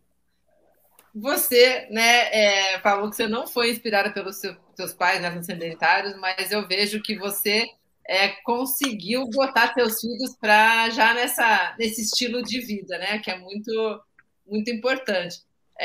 Você, né, é, falou que você não foi inspirada pelos seus, seus pais, né, sedentários, mas eu vejo que você é, conseguiu botar seus filhos para já nessa, nesse estilo de vida, né, que é muito, muito importante.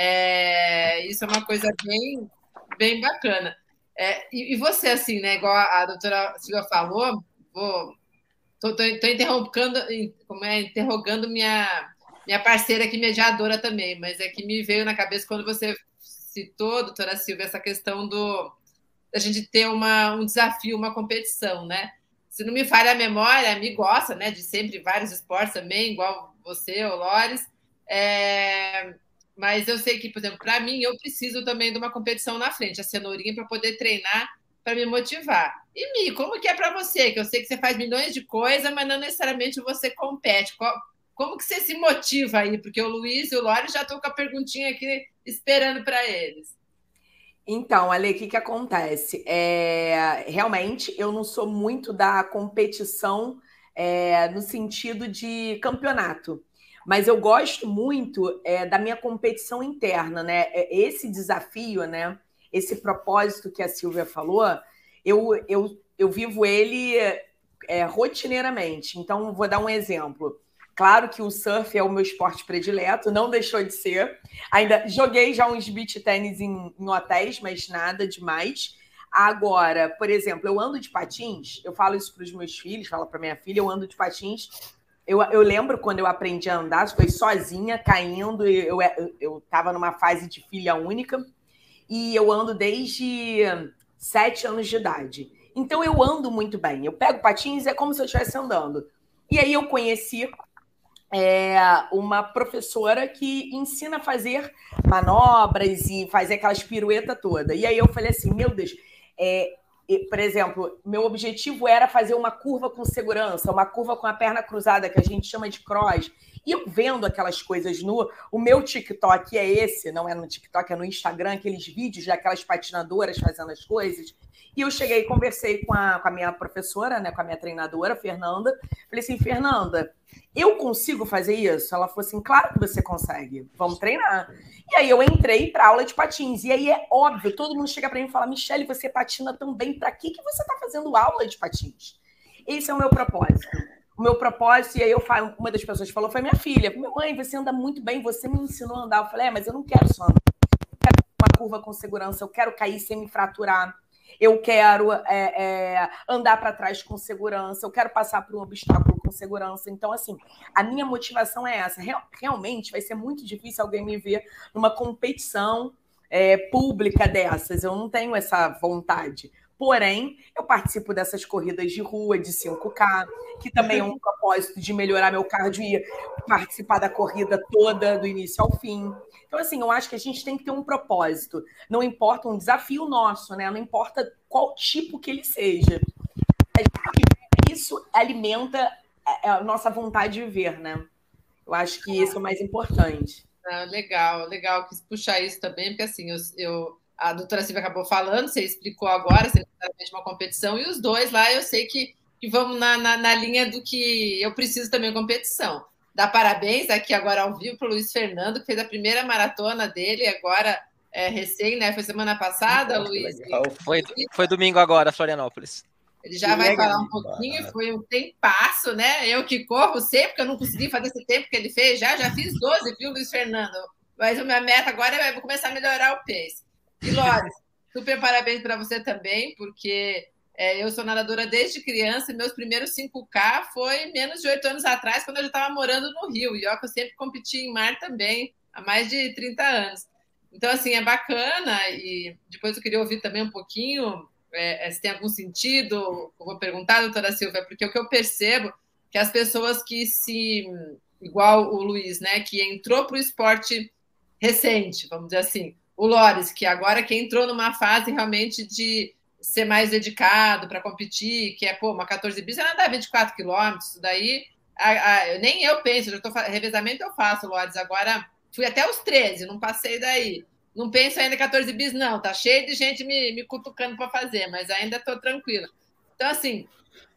É, isso é uma coisa bem, bem bacana. É, e, e você, assim, né, igual a doutora Silvia falou, vou... Estou interrogando, como é, interrogando minha, minha parceira aqui, mediadora também, mas é que me veio na cabeça quando você citou, doutora Silvia, essa questão do, da gente ter uma, um desafio, uma competição, né? Se não me falha a memória, a Mi gosta, né, de sempre vários esportes também, igual você, o Lores, é, mas eu sei que, por exemplo, para mim, eu preciso também de uma competição na frente, a cenourinha para poder treinar, para me motivar. E, Mi, como que é para você? Que eu sei que você faz milhões de coisas, mas não necessariamente você compete. Como que você se motiva aí? Porque o Luiz e o Lore já estão com a perguntinha aqui esperando para eles. Então, Ale, o que, que acontece? É, realmente, eu não sou muito da competição é, no sentido de campeonato. Mas eu gosto muito é, da minha competição interna, né? Esse desafio, né? Esse propósito que a Silvia falou, eu, eu, eu vivo ele é, rotineiramente. Então, vou dar um exemplo. Claro que o surf é o meu esporte predileto, não deixou de ser. Ainda joguei já uns beach tênis em, em hotéis, mas nada demais. Agora, por exemplo, eu ando de patins, eu falo isso para os meus filhos, falo para minha filha, eu ando de patins. Eu, eu lembro quando eu aprendi a andar, foi sozinha, caindo, eu estava numa fase de filha única. E eu ando desde sete anos de idade. Então, eu ando muito bem. Eu pego patins, é como se eu estivesse andando. E aí, eu conheci é, uma professora que ensina a fazer manobras e fazer aquelas piruetas todas. E aí, eu falei assim, meu Deus, é, por exemplo, meu objetivo era fazer uma curva com segurança, uma curva com a perna cruzada, que a gente chama de cross. E eu vendo aquelas coisas no... O meu TikTok é esse, não é no TikTok, é no Instagram, aqueles vídeos daquelas patinadoras fazendo as coisas. E eu cheguei e conversei com a, com a minha professora, né, com a minha treinadora, Fernanda. Falei assim, Fernanda, eu consigo fazer isso? Ela falou assim, claro que você consegue, vamos treinar. E aí eu entrei para aula de patins. E aí é óbvio, todo mundo chega para mim e fala, Michele, você patina também, para que, que você está fazendo aula de patins? Esse é o meu propósito. O meu propósito, e aí eu falo, uma das pessoas falou, foi minha filha. Mãe, você anda muito bem, você me ensinou a andar. Eu falei, é, mas eu não quero só andar. Eu quero uma curva com segurança, eu quero cair sem me fraturar. eu quero é, é, andar para trás com segurança, eu quero passar por um obstáculo com segurança. Então, assim, a minha motivação é essa. Real, realmente vai ser muito difícil alguém me ver numa competição é, pública dessas. Eu não tenho essa vontade. Porém, eu participo dessas corridas de rua de cinco K, que também é um propósito de melhorar meu cardio e participar da corrida toda, do início ao fim. Então, assim, eu acho que a gente tem que ter um propósito. Não importa um desafio nosso, né? Não importa qual tipo que ele seja. Isso alimenta a nossa vontade de viver, né? Eu acho que isso é o mais importante. Ah, legal, legal. Quis puxar isso também, porque assim, eu... eu... a doutora Silvia acabou falando, você explicou agora, você necessariamente uma competição, e os dois lá eu sei que, que vamos na, na, na linha do que eu preciso também de competição. Dá parabéns aqui agora ao vivo para o Luiz Fernando, que fez a primeira maratona dele, agora é, recém, né? Foi semana passada, Nossa, Luiz? Foi, foi domingo agora, Florianópolis. Ele já que vai legal. falar um pouquinho, foi um tempasso, né? Eu que corro sempre, porque eu não consegui fazer esse tempo que ele fez, já, já fiz doze, viu, Luiz Fernando? Mas a minha meta agora é começar a melhorar o pace. E, Lores, super parabéns para você também, porque é, eu sou nadadora desde criança e meus primeiros cinco K foi menos de oito anos atrás, quando eu já estava morando no Rio. E ó, que eu sempre competi em mar também, há mais de trinta anos. Então, assim, é bacana. E depois eu queria ouvir também um pouquinho, é, se tem algum sentido. Eu vou perguntar, doutora Silvia, porque o que eu percebo é que as pessoas que se... Igual o Luiz, né? Que entrou para o esporte recente, vamos dizer assim. O Lores, que agora que entrou numa fase realmente de ser mais dedicado para competir, que é, pô, uma quatorze bis, é nadar vinte e quatro quilômetros, isso daí, a, a, nem eu penso, já tô, revezamento eu faço, Lores, agora fui até os treze, não passei daí. Não penso ainda em quatorze bis, não, tá cheio de gente me, me cutucando para fazer, mas ainda tô tranquila. Então, assim,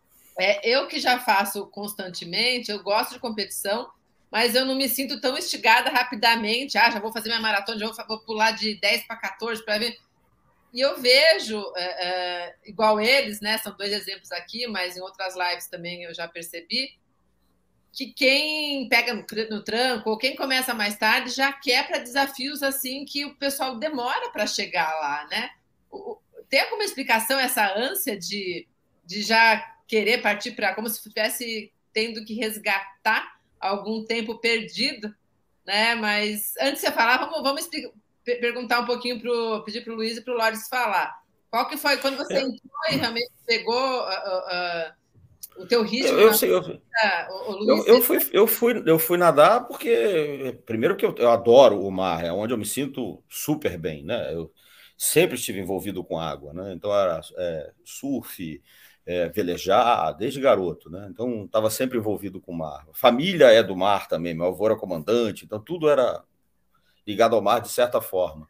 é, eu que já faço constantemente, eu gosto de competição, mas eu não me sinto tão instigada rapidamente. Ah, já vou fazer minha maratona, já vou, vou pular de dez para quatorze para ver. E eu vejo, é, é, igual eles, né? São dois exemplos aqui, mas em outras lives também eu já percebi, que quem pega no, no tranco ou quem começa mais tarde já quer para desafios assim que o pessoal demora para chegar lá, né? O, tem alguma explicação essa ânsia de, de já querer partir para como se estivesse tendo que resgatar algum tempo perdido, né? Mas antes de você falar, vamos, vamos explicar, perguntar um pouquinho, pro, pedir para o Luiz e para o Lores falar. Qual que foi, quando você entrou e realmente pegou uh, uh, uh, o teu ritmo? Eu, eu, sei, eu, vida, o, o Luiz, eu, eu, fui, eu, fui, eu fui nadar porque, primeiro que eu, eu adoro o mar, é onde eu me sinto super bem, né? Eu sempre estive envolvido com água, né? Então era é, surf, É, velejar desde garoto, né? Então estava sempre envolvido com o mar. Família é do mar também, meu avô era comandante, então tudo era ligado ao mar de certa forma.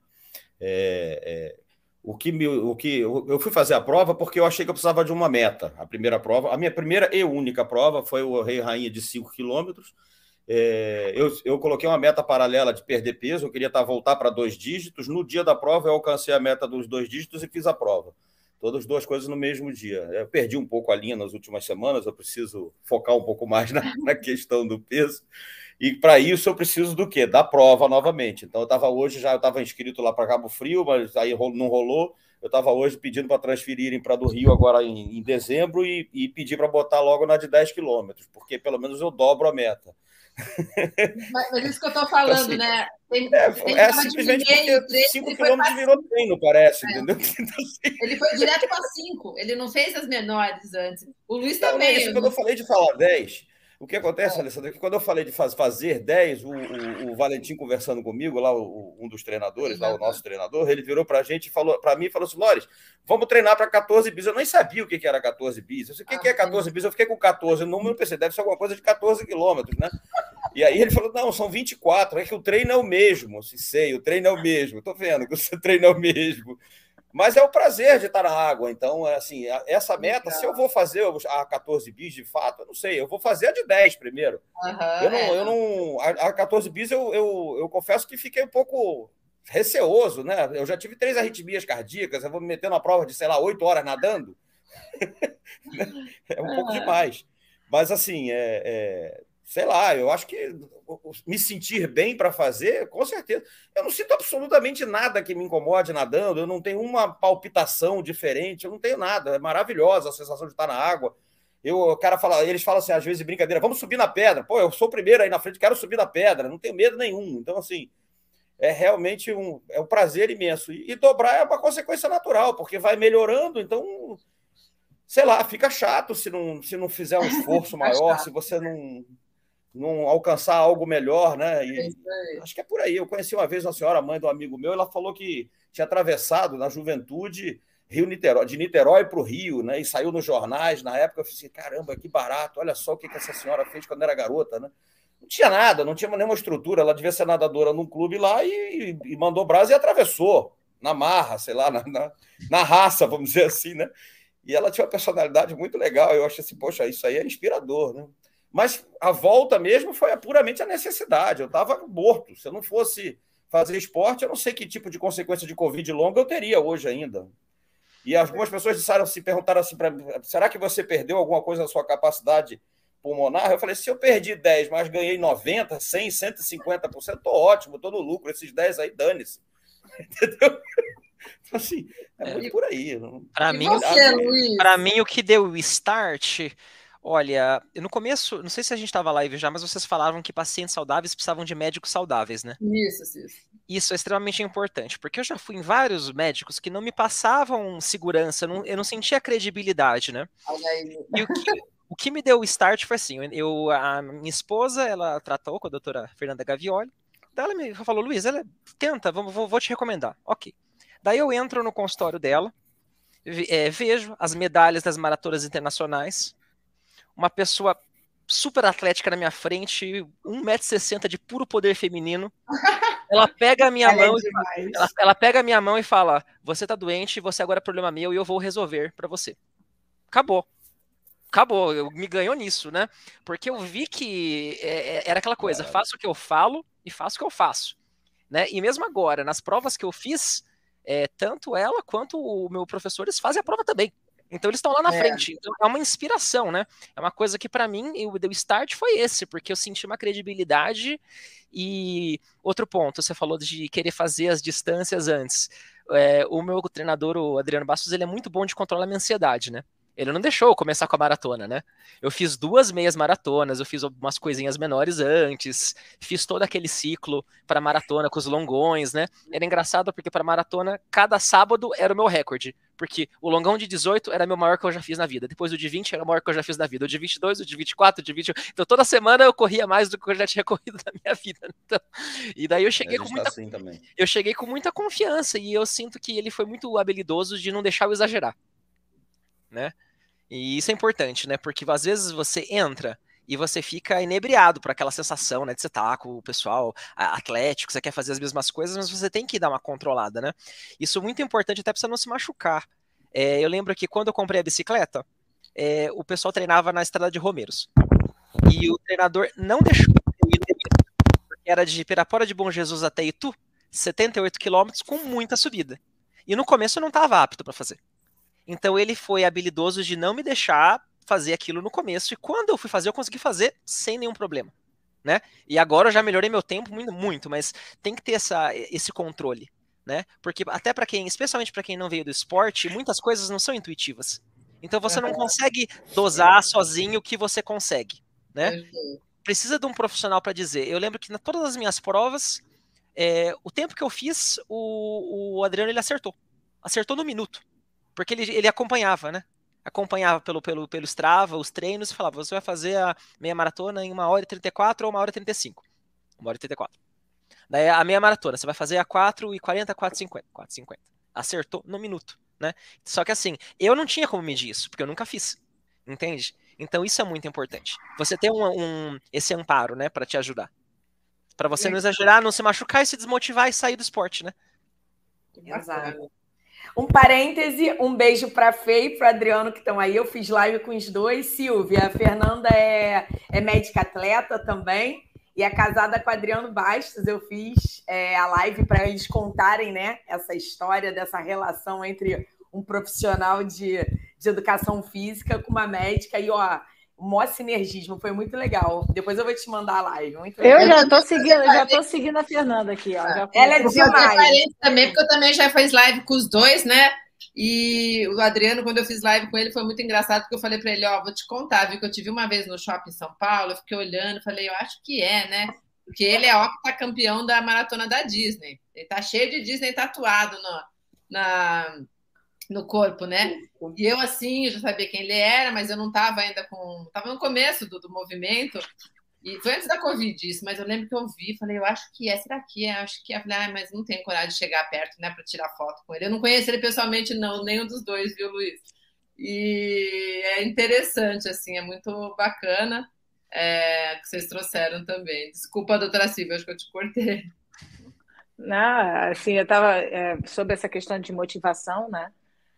É, é, o que, me, o que eu fui fazer a prova porque eu achei que eu precisava de uma meta. A primeira prova, a minha primeira e única prova foi o Rei Rainha de cinco quilômetros. É, eu, eu coloquei uma meta paralela de perder peso, eu queria estar, voltar para dois dígitos. No dia da prova eu alcancei a meta dos dois dígitos e fiz a prova. Todas as duas coisas no mesmo dia. Eu perdi um pouco a linha nas últimas semanas, eu preciso focar um pouco mais na, na questão do peso. E para isso eu preciso do quê? Da prova novamente. Então eu estava hoje, já eu estava inscrito lá para Cabo Frio, mas aí não rolou. Eu estava hoje pedindo para transferirem para do Rio agora em, em dezembro e, e pedir para botar logo na de dez quilômetros, porque pelo menos eu dobro a meta. Mas, mas isso que eu estou falando, então, assim, né? Tem, é, tem é simplesmente porque cinco quilômetros virou treino, parece, é. Entendeu? Ele foi direto para cinco, ele não fez as menores antes. O Luiz não, também. Não, isso, quando eu falei de falar dez, o que acontece, é. Alessandra, é que quando eu falei de faz, fazer dez, o, o, o Valentim conversando comigo, lá o, um dos treinadores, lá, o nosso treinador, ele virou para a gente e falou para mim e falou assim: Lores, vamos treinar para quatorze bis. Eu nem sabia o que, que era quatorze bis. Eu sei o que, ah, que é quatorze bis. Eu fiquei com quatorze. No número pensei, deve ser alguma coisa de quatorze quilômetros, né? E aí ele falou: não, são vinte e quatro. É que o treino é o mesmo. Se sei, o treino é o mesmo. Estou vendo que o seu treino é o mesmo. Mas é o prazer de estar na água. Então, assim, essa meta, se eu vou fazer a quatorze bis de fato, eu não sei. Eu vou fazer a de dez primeiro. Uhum, eu não, é. eu não, a quatorze bis, eu, eu, eu confesso que fiquei um pouco receoso, né? Eu já tive três arritmias cardíacas, eu vou me meter numa prova de, sei lá, oito horas nadando. É um uhum. pouco demais. Mas, assim, é, é, sei lá, eu acho que me sentir bem para fazer, com certeza. Eu não sinto absolutamente nada que me incomode nadando, eu não tenho uma palpitação diferente, eu não tenho nada. É maravilhosa a sensação de estar na água. Eu, o cara fala, eles falam assim, às vezes, brincadeira, vamos subir na pedra. Pô, eu sou o primeiro aí na frente, quero subir na pedra, não tenho medo nenhum. Então, assim, é realmente um, é um prazer imenso. E, e dobrar é uma consequência natural, porque vai melhorando, então, sei lá, fica chato se não, se não fizer um esforço maior, se você não, não alcançar algo melhor, né? E acho que é por aí. Eu conheci uma vez uma senhora, mãe de um amigo meu, ela falou que tinha atravessado na juventude Rio Niterói, de Niterói para o Rio, né? E saiu nos jornais na época. Eu falei, caramba, que barato, olha só o que, que essa senhora fez quando era garota, né? Não tinha nada, não tinha nenhuma estrutura. Ela devia ser nadadora num clube lá e, e mandou brasa e atravessou na marra, sei lá, na, na, na raça, vamos dizer assim, né? E ela tinha uma personalidade muito legal. Eu achei assim, poxa, isso aí é inspirador, né? Mas a volta mesmo foi puramente a necessidade. Eu estava morto. Se eu não fosse fazer esporte, eu não sei que tipo de consequência de Covid longa eu teria hoje ainda. E algumas pessoas disseram, se perguntaram assim para mim, será que você perdeu alguma coisa da sua capacidade pulmonar? Eu falei, se eu perdi dez, mas ganhei noventa, cem, cento e cinquenta por cento, estou ótimo, estou no lucro. Esses dez aí, dane-se. Entendeu? Então, assim, é, é muito por aí. Para mim, para mim, o que deu o start... Olha, no começo, não sei se a gente estava live já, mas vocês falavam que pacientes saudáveis precisavam de médicos saudáveis, né? Isso, isso. Isso é extremamente importante, porque eu já fui em vários médicos que não me passavam segurança, não, eu não sentia credibilidade, né? E o que, o que me deu o start foi assim, eu, a minha esposa, ela tratou com a doutora Fernanda Gavioli, daí ela me falou, Luiz, ela, tenta, vou, vou, vou te recomendar. Ok. Daí eu entro no consultório dela, é, vejo as medalhas das maratonas internacionais, uma pessoa super atlética na minha frente, um metro e sessenta de puro poder feminino. Ela pega a minha mão, é e, ela, ela pega a minha mão e fala, você tá doente, você agora é problema meu e eu vou resolver pra você. Acabou. Acabou, eu, me ganhou nisso, né? Porque eu vi que é, era aquela coisa, é. faço o que eu falo e faço o que eu faço. Né? E mesmo agora, nas provas que eu fiz, é, tanto ela quanto o meu professor, eles fazem a prova também. Então eles estão lá na é. frente, então é uma inspiração, né? É uma coisa que para mim, o deu start foi esse, porque eu senti uma credibilidade. E outro ponto, você falou de querer fazer as distâncias antes. É, o meu treinador, o Adriano Bastos, ele é muito bom de controlar a minha ansiedade, né? Ele não deixou eu começar com a maratona, né? Eu fiz duas meias maratonas, eu fiz umas coisinhas menores antes, fiz todo aquele ciclo para maratona com os longões, né? Era engraçado porque para maratona, cada sábado era o meu recorde, porque o longão de dezoito era meu maior que eu já fiz na vida, depois o de vinte era o maior que eu já fiz na vida, o de vinte e dois, o de vinte e quatro, o de vinte e oito, então toda semana eu corria mais do que eu já tinha corrido na minha vida. Então, e daí eu cheguei com muita, assim também. eu cheguei com muita confiança e eu sinto que ele foi muito habilidoso de não deixar eu exagerar, né? E isso é importante, né? Porque às vezes você entra e você fica inebriado por aquela sensação, né? De você estar com o pessoal atlético, você quer fazer as mesmas coisas, mas você tem que dar uma controlada, né? Isso é muito importante até para você não se machucar. É, eu lembro que quando eu comprei a bicicleta, é, o pessoal treinava na Estrada de Romeiros. E o treinador não deixou eu ir, porque era de Pirapora de Bom Jesus até Itu, setenta e oito quilômetros com muita subida. E no começo eu não estava apto para fazer. Então ele foi habilidoso de não me deixar fazer aquilo no começo, e quando eu fui fazer, eu consegui fazer sem nenhum problema, né? E agora eu já melhorei meu tempo muito, muito, mas tem que ter essa, esse controle, né? Porque até para quem, especialmente para quem não veio do esporte, muitas coisas não são intuitivas. Então você não consegue dosar sozinho o que você consegue, né? Precisa de um profissional para dizer. Eu lembro que em todas as minhas provas, é, o tempo que eu fiz, o, o Adriano ele acertou. Acertou no minuto. Porque ele, ele acompanhava, né? Acompanhava pelo, pelo, pelo Strava, os treinos, e falava, você vai fazer a meia maratona em uma hora e trinta e quatro ou uma hora e trinta e cinco. uma hora e trinta e quatro. Daí a meia maratona, você vai fazer a quatro e quarenta, quatro e cinquenta. quatro e cinquenta. Acertou no minuto, né? Só que assim, eu não tinha como medir isso, porque eu nunca fiz. Entende? Então isso é muito importante. Você ter um, um, esse amparo, né? Pra te ajudar. Pra você não exagerar, não se machucar e se desmotivar e sair do esporte, né? Exato. Um parêntese, um beijo para a Fê e para o Adriano que estão aí. Eu fiz live com os dois. Silvia, a Fernanda é, é médica atleta também e é casada com o Adriano Bastos. Eu fiz é, a live para eles contarem, né, essa história dessa relação entre um profissional de, de educação física com uma médica. E, ó, o maior sinergismo, foi muito legal. Depois eu vou te mandar a live, muito legal. Eu já estou seguindo, já tô seguindo a Fernanda aqui, ó. Já Ela é Eu demais. parente também, porque eu também já fiz live com os dois, né? E o Adriano, quando eu fiz live com ele, foi muito engraçado, porque eu falei para ele, ó, vou te contar, viu, que eu tive uma vez no shopping em São Paulo, eu fiquei olhando, falei, eu acho que é, né? Porque ele é octacampeão da maratona da Disney. Ele tá cheio de Disney tatuado no, na, no corpo, né? E eu, assim, eu já sabia quem ele era, mas eu não tava ainda com... Tava no começo do, do movimento. E foi antes da Covid isso, mas eu lembro que eu vi, falei, eu acho que é, será que é? Acho que é. Falei, ah, mas não tenho coragem de chegar perto, né, para tirar foto com ele. Eu não conheço ele pessoalmente, não, nenhum dos dois, viu, Luiz? E é interessante, assim, é muito bacana é, que vocês trouxeram também. Desculpa, doutora Silvia, acho que eu te cortei. Não, assim, eu estava é, sobre essa questão de motivação, né?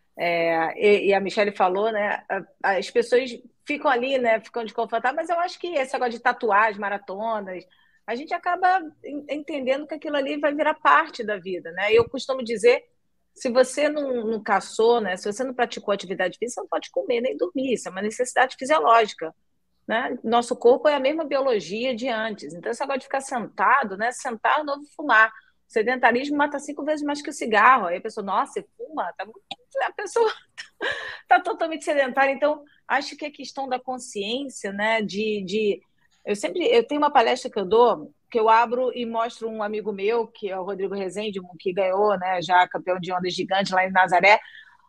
É, e, e a Michelle falou, né? As pessoas ficam ali, né? Ficam desconfortáveis, mas eu acho que esse negócio de tatuagens, maratonas, a gente acaba entendendo que aquilo ali vai virar parte da vida, né? Eu costumo dizer, se você não, não caçou, né? Se você não praticou atividade física, você não pode comer nem dormir, isso é uma necessidade fisiológica, né? Nosso corpo é a mesma biologia de antes, então esse negócio de ficar sentado, né? Sentar é o novo fumar. O sedentarismo mata cinco vezes mais que o cigarro. Aí a pessoa, nossa, você fuma? Tá muito... A pessoa está totalmente sedentária. Então, acho que a questão da consciência, né? De, de... Eu sempre eu tenho uma palestra que eu dou, que eu abro e mostro um amigo meu, que é o Rodrigo Rezende, que ganhou, né, já campeão de onda gigante lá em Nazaré.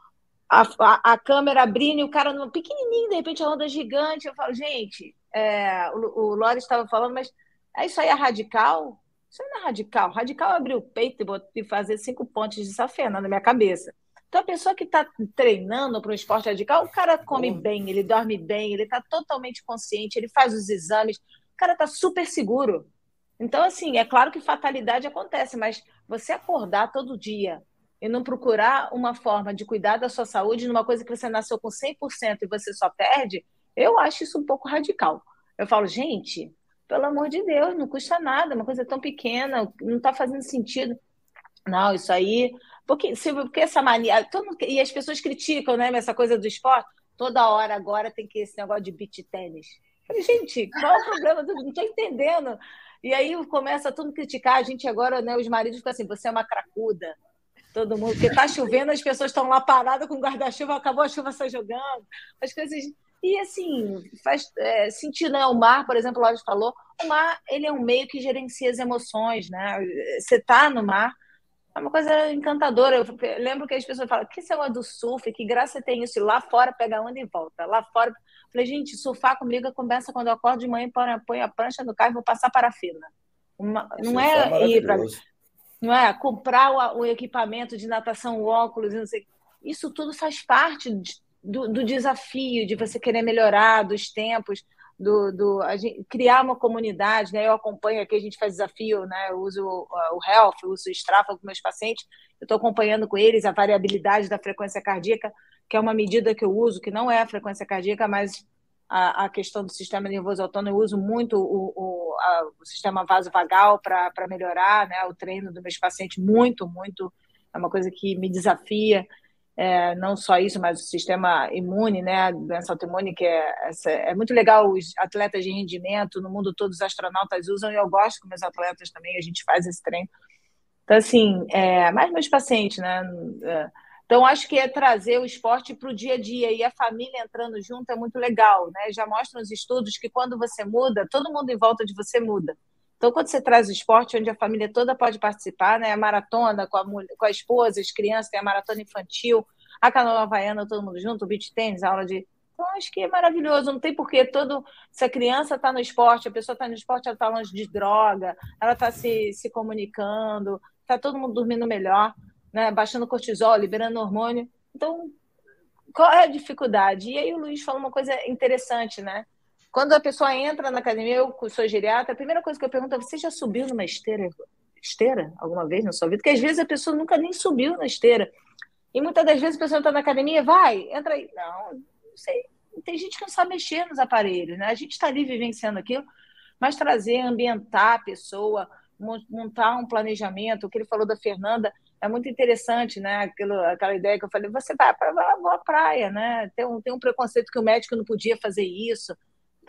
A, a, a câmera abrindo e o cara no pequenininho, de repente a onda gigante. Eu falo, gente, é, o, o Lore estava falando, mas é isso aí é radical? Isso não é radical. Radical é abrir o peito e fazer cinco pontes de safena na minha cabeça. Então, a pessoa que está treinando para um esporte radical, o cara come bem, ele dorme bem, ele está totalmente consciente, ele faz os exames, o cara está super seguro. Então, assim, é claro que fatalidade acontece, mas você acordar todo dia e não procurar uma forma de cuidar da sua saúde numa coisa que você nasceu com cem por cento e você só perde, eu acho isso um pouco radical. Eu falo, gente... Pelo amor de Deus, não custa nada, uma coisa tão pequena, não está fazendo sentido. Não, isso aí... Porque, porque essa mania... Todo, e as pessoas criticam, né, essa coisa do esporte. Toda hora agora tem que esse negócio de beach tênis. Falei, gente, qual é o problema? Não estou entendendo. E aí começa todo mundo criticar. A gente agora, né, os maridos ficam assim, você é uma cracuda. Todo mundo... Porque está chovendo, as pessoas estão lá paradas com guarda-chuva, acabou a chuva, sai jogando. As coisas... E, assim, faz é, sentido, né? O mar, por exemplo, o Lóris falou, o mar, ele é um meio que gerencia as emoções, né? Você está no mar, é uma coisa encantadora. Eu lembro que as pessoas falam, que esse negócio do surf, que graça tem isso, lá fora pega onda e volta, lá fora... Eu falei, gente, surfar comigo começa quando eu acordo de manhã, põe a prancha no carro e vou passar parafina. Uma, não é ir para... Não é comprar o, o equipamento de natação, o óculos, não sei. Isso tudo faz parte de, Do, do desafio de você querer melhorar, dos tempos, do, do a gente, criar uma comunidade, né? Eu acompanho aqui, a gente faz desafio, né? Eu uso uh, o Health, eu uso o Strava com meus pacientes, eu estou acompanhando com eles a variabilidade da frequência cardíaca, que é uma medida que eu uso, que não é a frequência cardíaca, mas a, a questão do sistema nervoso autônomo, eu uso muito o, o, a, o sistema vasovagal para melhorar, né? O treino dos meus pacientes, muito, muito, é uma coisa que me desafia. É, não só isso, mas o sistema imune, né, a doença autoimune, que é, essa, é muito legal, os atletas de rendimento, no mundo todo os astronautas usam, e eu gosto com meus atletas também, a gente faz esse treino. Então, assim, é, mais meus pacientes, né, então acho que é trazer o esporte para o dia a dia, e a família entrando junto é muito legal, né, já mostram os estudos que quando você muda, todo mundo em volta de você muda. Então, quando você traz o esporte, onde a família toda pode participar, né? A maratona com a, com a esposa, as crianças, tem a maratona infantil, a canoa havaiana, todo mundo junto, o beach tênis, a aula de... Então, acho que é maravilhoso. Não tem porquê todo... Se a criança está no esporte, a pessoa está no esporte, ela está longe de droga, ela está se, se comunicando, está todo mundo dormindo melhor, né? Baixando cortisol, liberando hormônio. Então, qual é a dificuldade? E aí o Luiz falou uma coisa interessante, né? Quando a pessoa entra na academia, eu sou geriatra, a primeira coisa que eu pergunto é, você já subiu numa esteira, esteira alguma vez na sua vida? Porque às vezes a pessoa nunca nem subiu na esteira. E muitas das vezes a pessoa está na academia, vai, entra aí. Não, não sei. Tem gente que não sabe mexer nos aparelhos, né? A gente está ali vivenciando aquilo, mas trazer, ambientar a pessoa, montar um planejamento. O que ele falou da Fernanda é muito interessante, né? Aquilo, aquela ideia que eu falei, você vai para a praia, né? Tem um, tem um preconceito que o médico não podia fazer isso.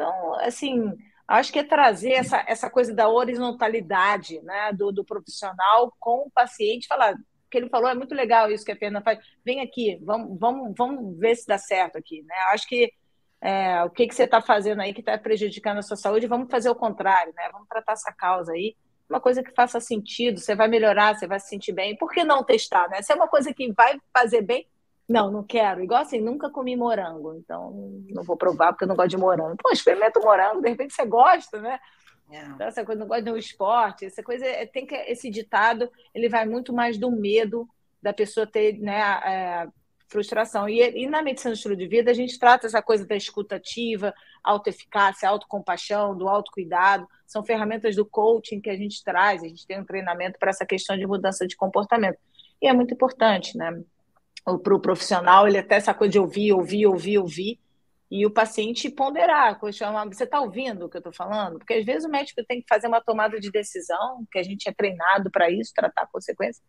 Então, assim, acho que é trazer essa, essa coisa da horizontalidade, né, do, do profissional com o paciente, falar, o que ele falou é muito legal isso que a Fernanda faz, vem aqui, vamos, vamos, vamos ver se dá certo aqui, né? Acho que é, o que, que você está fazendo aí que está prejudicando a sua saúde, vamos fazer o contrário, né? Vamos tratar essa causa aí, uma coisa que faça sentido, você vai melhorar, você vai se sentir bem, por que não testar, né? Se é uma coisa que vai fazer bem, não, não quero. Igual assim, nunca comi morango, então não vou provar porque eu não gosto de morango. Pô, experimenta o morango, de repente você gosta, né? Então, essa coisa, não gosta do esporte, essa coisa, tem que, esse ditado, ele vai muito mais do medo da pessoa ter, né, a, a frustração. E, e na medicina do estilo de vida, a gente trata essa coisa da escuta ativa, autoeficácia, autocompaixão, do autocuidado, são ferramentas do coaching que a gente traz, a gente tem um treinamento para essa questão de mudança de comportamento. E é muito importante, né? Para o profissional, ele até essa coisa de ouvir, ouvir, ouvir, ouvir, e o paciente ponderar, questionar, você está ouvindo o que eu estou falando? Porque às vezes o médico tem que fazer uma tomada de decisão, que a gente é treinado para isso, tratar consequências,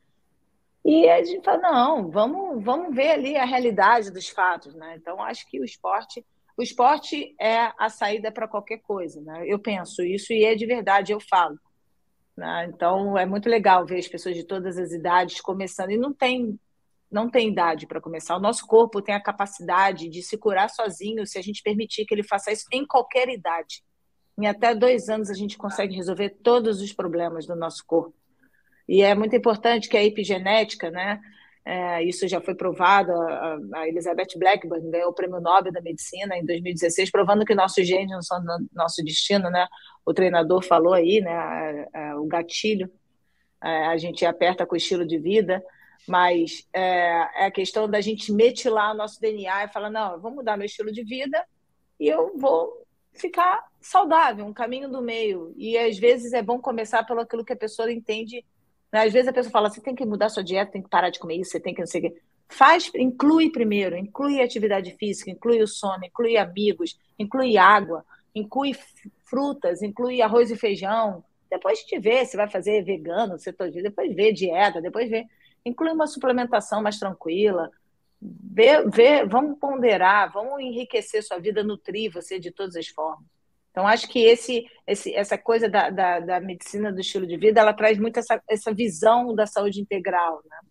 e a gente fala, não, vamos, vamos ver ali a realidade dos fatos, né? Então, acho que o esporte, o esporte é a saída para qualquer coisa, né? Eu penso isso e é de verdade, eu falo. Né? Então, é muito legal ver as pessoas de todas as idades começando, e não tem não tem idade para começar. O nosso corpo tem a capacidade de se curar sozinho se a gente permitir que ele faça isso em qualquer idade. Em até dois anos a gente consegue resolver todos os problemas do nosso corpo. E é muito importante que a epigenética, né, é, isso já foi provado, a, a Elizabeth Blackburn ganhou o Prêmio Nobel da Medicina em dois mil e dezesseis, provando que nossos genes não são nosso destino, né? O treinador falou aí, né, a, a, o gatilho, a, a gente aperta com o estilo de vida, mas é, é a questão da gente metilar o nosso D N A e falar, não, eu vou mudar meu estilo de vida e eu vou ficar saudável, um caminho do meio. E às vezes é bom começar pelo aquilo que a pessoa entende. Né? Às vezes a pessoa fala, você tem que mudar sua dieta, tem que parar de comer isso, você tem que não sei o quê. Faz, inclui primeiro, inclui atividade física, inclui o sono, inclui amigos, inclui água, inclui frutas, inclui arroz e feijão. Depois te vê se vai fazer vegano, cetogênico, depois vê dieta, depois vê... Inclui uma suplementação mais tranquila, vê, vê, vamos ponderar, vamos enriquecer sua vida, nutrir você de todas as formas. Então, acho que esse, esse, essa coisa da, da, da medicina do estilo de vida, ela traz muito essa, essa visão da saúde integral, né?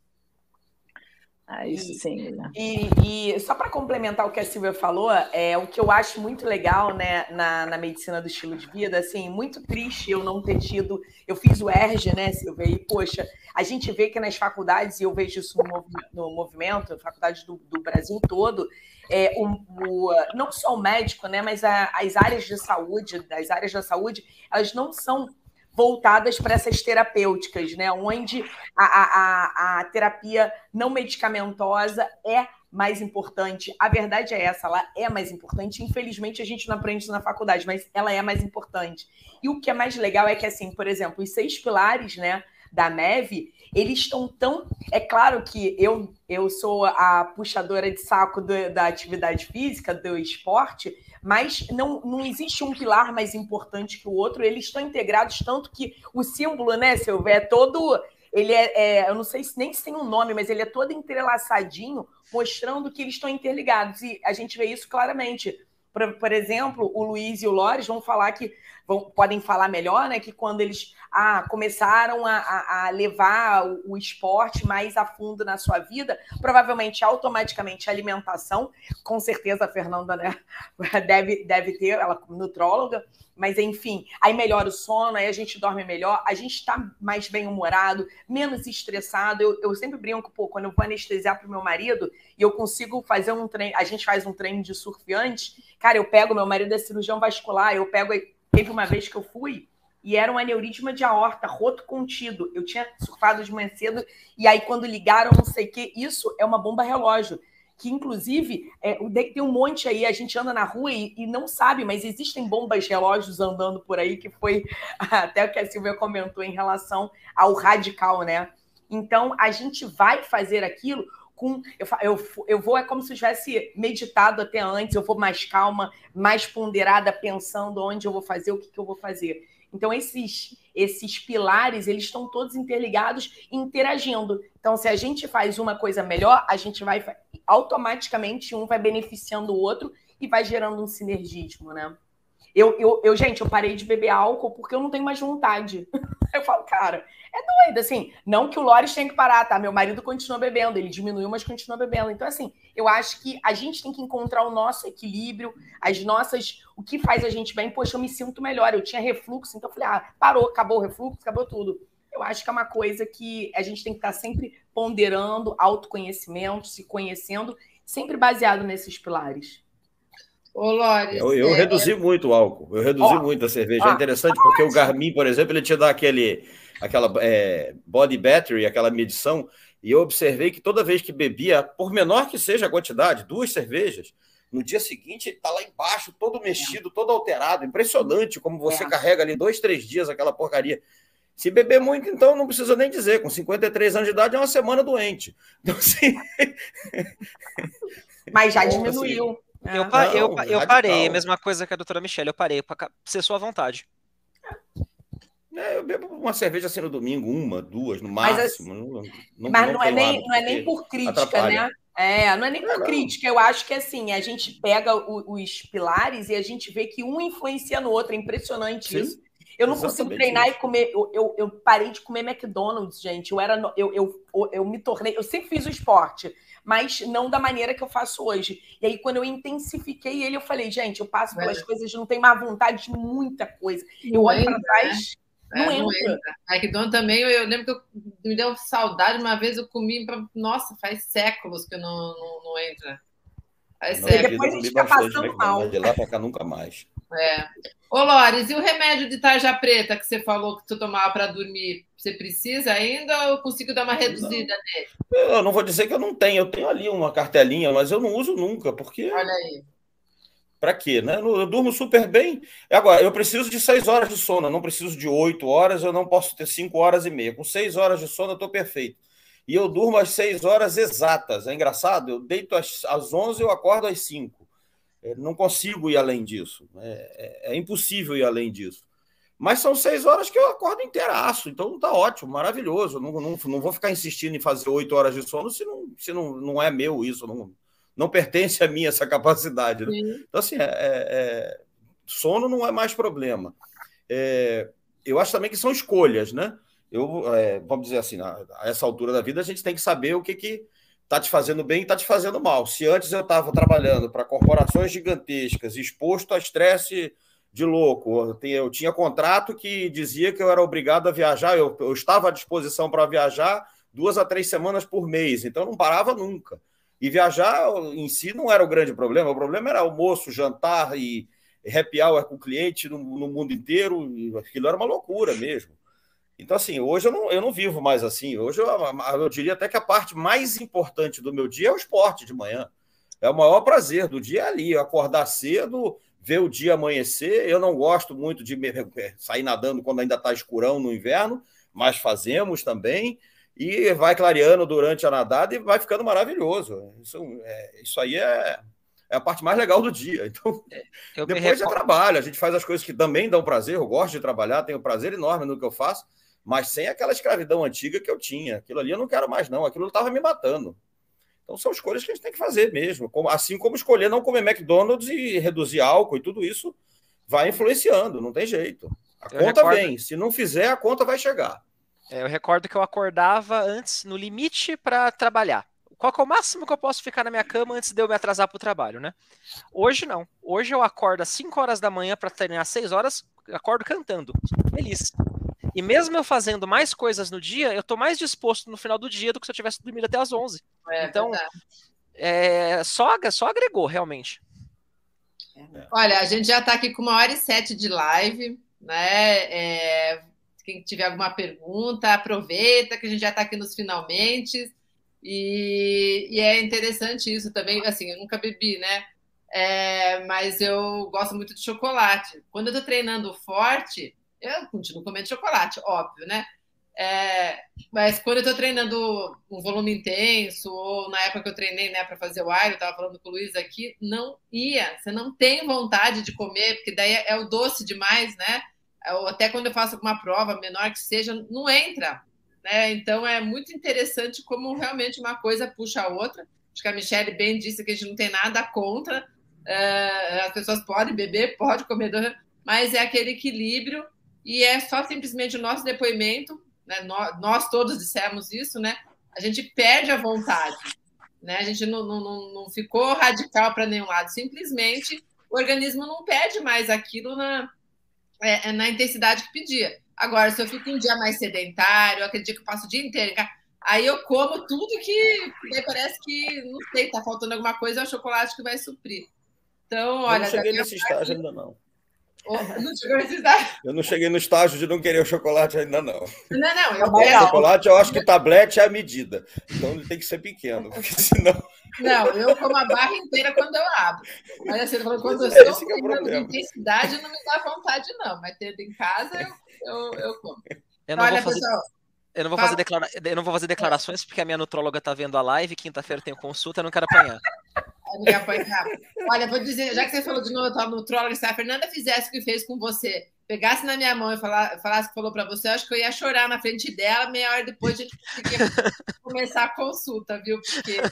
Ah, isso e, sim, né? E, e só para complementar o que a Silvia falou, é o que eu acho muito legal, né, na, na medicina do estilo de vida, assim, muito triste eu não ter tido... Eu fiz o E R G, né, Silvia? E, poxa, a gente vê que nas faculdades, e eu vejo isso no, no movimento, faculdades do, do Brasil todo, é, o, o, não só o médico, né, mas a, as áreas de saúde, as áreas da saúde, elas não são voltadas para essas terapêuticas, né? Onde a, a, a terapia não medicamentosa é mais importante. A verdade é essa, ela é mais importante. Infelizmente, a gente não aprende isso na faculdade, mas ela é mais importante. E o que é mais legal é que, assim, por exemplo, os seis pilares, né, da M E V, eles estão tão... É claro que eu, eu sou a puxadora de saco do, da atividade física, do esporte, mas não, não existe um pilar mais importante que o outro, eles estão integrados, tanto que o símbolo, né, Silvia, é todo... Ele é, é, eu não sei se nem se tem um nome, mas ele é todo entrelaçadinho, mostrando que eles estão interligados, e a gente vê isso claramente. Por, por exemplo, o Luiz e o Loris vão falar que, vão, podem falar melhor, né, que quando eles ah, começaram a, a, a levar o, o esporte mais a fundo na sua vida, provavelmente, automaticamente, a alimentação, com certeza a Fernanda, né, deve, deve ter, ela como nutróloga, mas enfim, aí melhora o sono, aí a gente dorme melhor, a gente está mais bem-humorado, menos estressado. Eu, eu sempre brinco, pô, quando eu vou anestesiar pro meu marido e eu consigo fazer um treino, a gente faz um treino de surf antes, cara, eu pego, meu marido é cirurgião vascular, eu pego, teve uma vez que eu fui e era um aneurisma de aorta, roto contido, eu tinha surfado de manhã cedo e aí quando ligaram, não sei o que, isso é uma bomba relógio, que inclusive é, tem um monte aí, a gente anda na rua e, e não sabe, mas existem bombas relógios andando por aí, que foi até o que a Silvia comentou em relação ao radical, né? Então, a gente vai fazer aquilo com... Eu, eu, eu vou, é como se eu tivesse meditado até antes, eu vou mais calma, mais ponderada, pensando onde eu vou fazer, o que, que eu vou fazer. Então, esses, esses pilares, eles estão todos interligados e interagindo. Então, se a gente faz uma coisa melhor, a gente vai... Automaticamente, um vai beneficiando o outro e vai gerando um sinergismo, né? Eu, eu, eu, gente, eu parei de beber álcool porque eu não tenho mais vontade. Eu falo, cara, é doido, assim. Não que o Loris tenha que parar, tá? Meu marido continua bebendo, ele diminuiu, mas continua bebendo. Então, assim, eu acho que a gente tem que encontrar o nosso equilíbrio, as nossas... O que faz a gente bem. Poxa, eu me sinto melhor. Eu tinha refluxo, então eu falei, ah, parou, acabou o refluxo, acabou tudo. Eu acho que é uma coisa que a gente tem que estar sempre ponderando, autoconhecimento, se conhecendo, sempre baseado nesses pilares. Ô, Loris, eu, eu é... reduzi muito o álcool, eu reduzi ó, muito a cerveja. Ó, é interessante ó, porque ó, o Garmin, por exemplo, ele te dá aquele, aquela é, body battery, aquela medição, e eu observei que toda vez que bebia, por menor que seja a quantidade, duas cervejas, no dia seguinte ele está lá embaixo, todo mexido, é. todo alterado. Impressionante como você é. carrega ali dois, três dias aquela porcaria. Se beber muito, então, não precisa nem dizer. Com cinquenta e três anos de idade, é uma semana doente. Então, assim... Mas já diminuiu. Assim, Eu, pa não, eu, eu parei, a mesma coisa que a doutora Michelle, eu parei para ser sua vontade. É, eu bebo uma cerveja assim no domingo, uma, duas, no máximo. Mas, não, não, mas não, não, é nem, não é nem por crítica, atrapalha. né? É, não é nem por é, crítica. Eu acho que assim, a gente pega o, os pilares e a gente vê que um influencia no outro. É impressionante Sim, isso. Eu não consigo treinar isso. e comer. Eu, eu, eu parei de comer McDonald's, gente. Eu era, eu, eu, eu, eu me tornei. Eu sempre fiz o esporte, mas não da maneira que eu faço hoje. E aí, quando eu intensifiquei ele, eu falei, gente, eu passo pelas é. coisas, não tenho mais vontade de muita coisa. Eu olho para trás, né? não, é, não entra. entra. McDonald's também, eu, eu lembro que eu, me deu saudade, uma vez eu comi, pra, nossa, faz séculos que não, não, não entra. Faz não, séculos. E depois a gente fica passando mal. De lá para cá nunca mais. É. Ô, Loris, e o remédio de tarja preta que você falou que tu tomava para dormir, você precisa ainda ou eu consigo dar uma reduzida não. nele? Eu não vou dizer que eu não tenho, eu tenho ali uma cartelinha, mas eu não uso nunca, porque... Olha aí. Para quê, né? Eu durmo super bem. Agora, eu preciso de seis horas de sono, eu não preciso de oito horas, eu não posso ter cinco horas e meia. Com seis horas de sono eu estou perfeito. E eu durmo às seis horas exatas. É engraçado, eu deito às, às onze e eu acordo às cinco. Não consigo ir além disso. É, é, é impossível ir além disso. Mas são seis horas que eu acordo inteiraço. Então tá ótimo, maravilhoso. Não, não, não vou ficar insistindo em fazer oito horas de sono se não, se não, não é meu isso. Não, não pertence a mim essa capacidade. Né? Então, assim, é, é, sono não é mais problema. É, eu acho também que são escolhas, né? Eu, é, vamos dizer assim, a, a essa altura da vida, a gente tem que saber o que que está te fazendo bem e está te fazendo mal. Se antes eu estava trabalhando para corporações gigantescas, exposto a estresse de louco, eu tinha contrato que dizia que eu era obrigado a viajar, eu, eu estava à disposição para viajar duas a três semanas por mês, então não parava nunca. E viajar em si não era o grande problema, o problema era almoço, jantar e happy hour com o cliente no, no mundo inteiro, aquilo era uma loucura mesmo. Então, assim, hoje eu não, eu não vivo mais assim. Hoje eu, eu diria até que a parte mais importante do meu dia é o esporte de manhã. É o maior prazer do dia ali, acordar cedo, ver o dia amanhecer. Eu não gosto muito de me, sair nadando quando ainda está escurão no inverno, mas fazemos também. E vai clareando durante a nadada e vai ficando maravilhoso. Isso, é, isso aí é, é a parte mais legal do dia. Então, eu depois é trabalho. A gente faz as coisas que também dão prazer. Eu gosto de trabalhar, tenho prazer enorme no que eu faço, mas sem aquela escravidão antiga que eu tinha. Aquilo ali eu não quero mais, não. Aquilo estava me matando. Então, são escolhas que a gente tem que fazer mesmo. Assim como escolher não comer McDonald's e reduzir álcool e tudo isso vai influenciando, não tem jeito. A eu conta recordo... vem. Se não fizer, a conta vai chegar. Eu recordo que eu acordava antes, no limite, para trabalhar. Qual que é o máximo que eu posso ficar na minha cama antes de eu me atrasar para o trabalho, né? Hoje não. Hoje eu acordo às cinco horas da manhã para treinar às seis horas, acordo cantando. Feliz. E mesmo eu fazendo mais coisas no dia, eu tô mais disposto no final do dia do que se eu tivesse dormido até às onze. É, então, é, só, só agregou, realmente. Olha, a gente já está aqui com uma hora e sete de live, né? É, quem tiver alguma pergunta, aproveita que a gente já está aqui nos finalmente. E, e é interessante isso também. Assim, eu nunca bebi, né? É, mas eu gosto muito de chocolate. Quando eu tô treinando forte, eu continuo comendo chocolate, óbvio, né? É, mas quando eu tô treinando um volume intenso, ou na época que eu treinei, né, para fazer o Iron, eu tava falando com o Luiz aqui, não ia. Você não tem vontade de comer, porque daí é o doce demais, né? Ou até quando eu faço alguma prova, menor que seja, não entra. Né? Então é muito interessante como realmente uma coisa puxa a outra. Acho que a Michelle bem disse que a gente não tem nada contra, Uh, as pessoas podem beber, podem comer, mas é aquele equilíbrio e é só simplesmente o nosso depoimento, né? nós, nós todos dissemos isso, né? A gente perde a vontade, né? A gente não, não, não ficou radical para nenhum lado, simplesmente o organismo não pede mais aquilo na, é, na intensidade que pedia. Agora, se eu fico um dia mais sedentário, aquele dia que eu passo o dia inteiro, aí eu como tudo que parece que, não sei, está faltando alguma coisa, é o chocolate que vai suprir. Então, olha, eu não cheguei nesse parte... estágio ainda não. Oh, não chegou nesse estágio? Eu não cheguei no estágio de não querer o chocolate ainda não. Não, não, eu quero. O chocolate, eu acho que tablete é a medida. Então ele tem que ser pequeno, porque senão... Não, eu como a barra inteira quando eu abro. Mas assim, quando eu estou com é intensidade, não me dá vontade não. Mas tendo em casa, eu, eu, eu como. Eu não, olha, vou fazer... pessoal... Eu não, vou fazer declara... eu não vou fazer declarações porque a minha nutróloga está vendo a live, quinta-feira eu tenho consulta, eu não quero apanhar. Não quero apanhar. Olha, vou dizer, já que você falou de nutróloga, se a Fernanda fizesse o que fez com você, pegasse na minha mão e falasse que falou para você, eu acho que eu ia chorar na frente dela, meia hora depois a gente conseguia começar a consulta, viu? Porque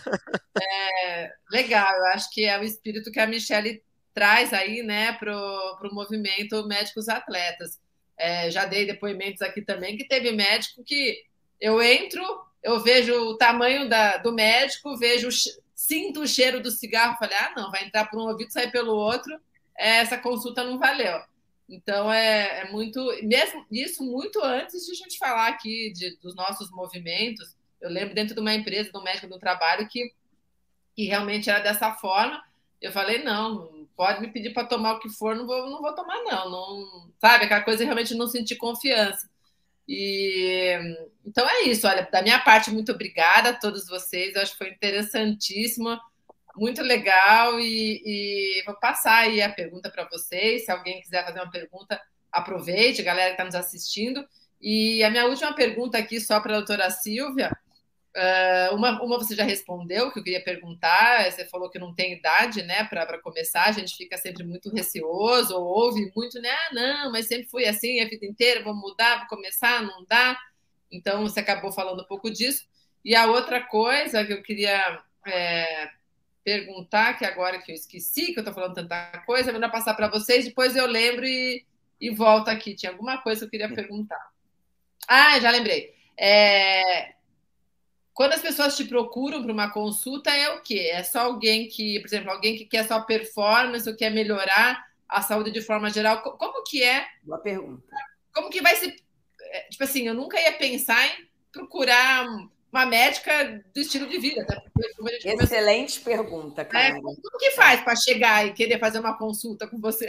é legal, eu acho que é o espírito que a Michele traz aí, né, para o movimento Médicos Atletas. É, já dei depoimentos aqui também, que teve médico que eu entro, eu vejo o tamanho da, do médico, vejo, sinto o cheiro do cigarro, falei, ah, não, vai entrar por um ouvido, sair pelo outro, é, essa consulta não valeu. Então, é, é muito, mesmo isso muito antes de a gente falar aqui de, dos nossos movimentos. Eu lembro dentro de uma empresa, do médico do trabalho, que, que realmente era dessa forma. Eu falei, não, pode me pedir para tomar o que for, não vou, não vou tomar, não. não. Sabe, aquela coisa de realmente não sentir confiança. E, então é isso, olha, da minha parte, muito obrigada a todos vocês, eu acho que foi interessantíssimo, muito legal, e, e vou passar aí a pergunta para vocês, se alguém quiser fazer uma pergunta, aproveite, a galera que está nos assistindo. E a minha última pergunta aqui, só para a doutora Silvia, Uh, uma, uma você já respondeu, que eu queria perguntar, você falou que não tem idade, né, para começar, a gente fica sempre muito receoso, ou ouve muito, né, ah, não, mas sempre fui assim a vida inteira, vou mudar, vou começar, não dá, então você acabou falando um pouco disso. E a outra coisa que eu queria é, perguntar, que agora que eu esqueci, que eu estou falando tanta coisa, eu vou passar para vocês, depois eu lembro e, e volto aqui, tinha alguma coisa que eu queria perguntar. Ah, já lembrei. É... Quando as pessoas te procuram para uma consulta, é o quê? É só alguém que, por exemplo, alguém que quer só performance ou quer melhorar a saúde de forma geral? Como que é? Boa pergunta. Como que vai ser? Tipo assim, eu nunca ia pensar em procurar uma médica do estilo de vida. Tá? Excelente começou... pergunta, cara. É, como que faz para chegar e querer fazer uma consulta com você?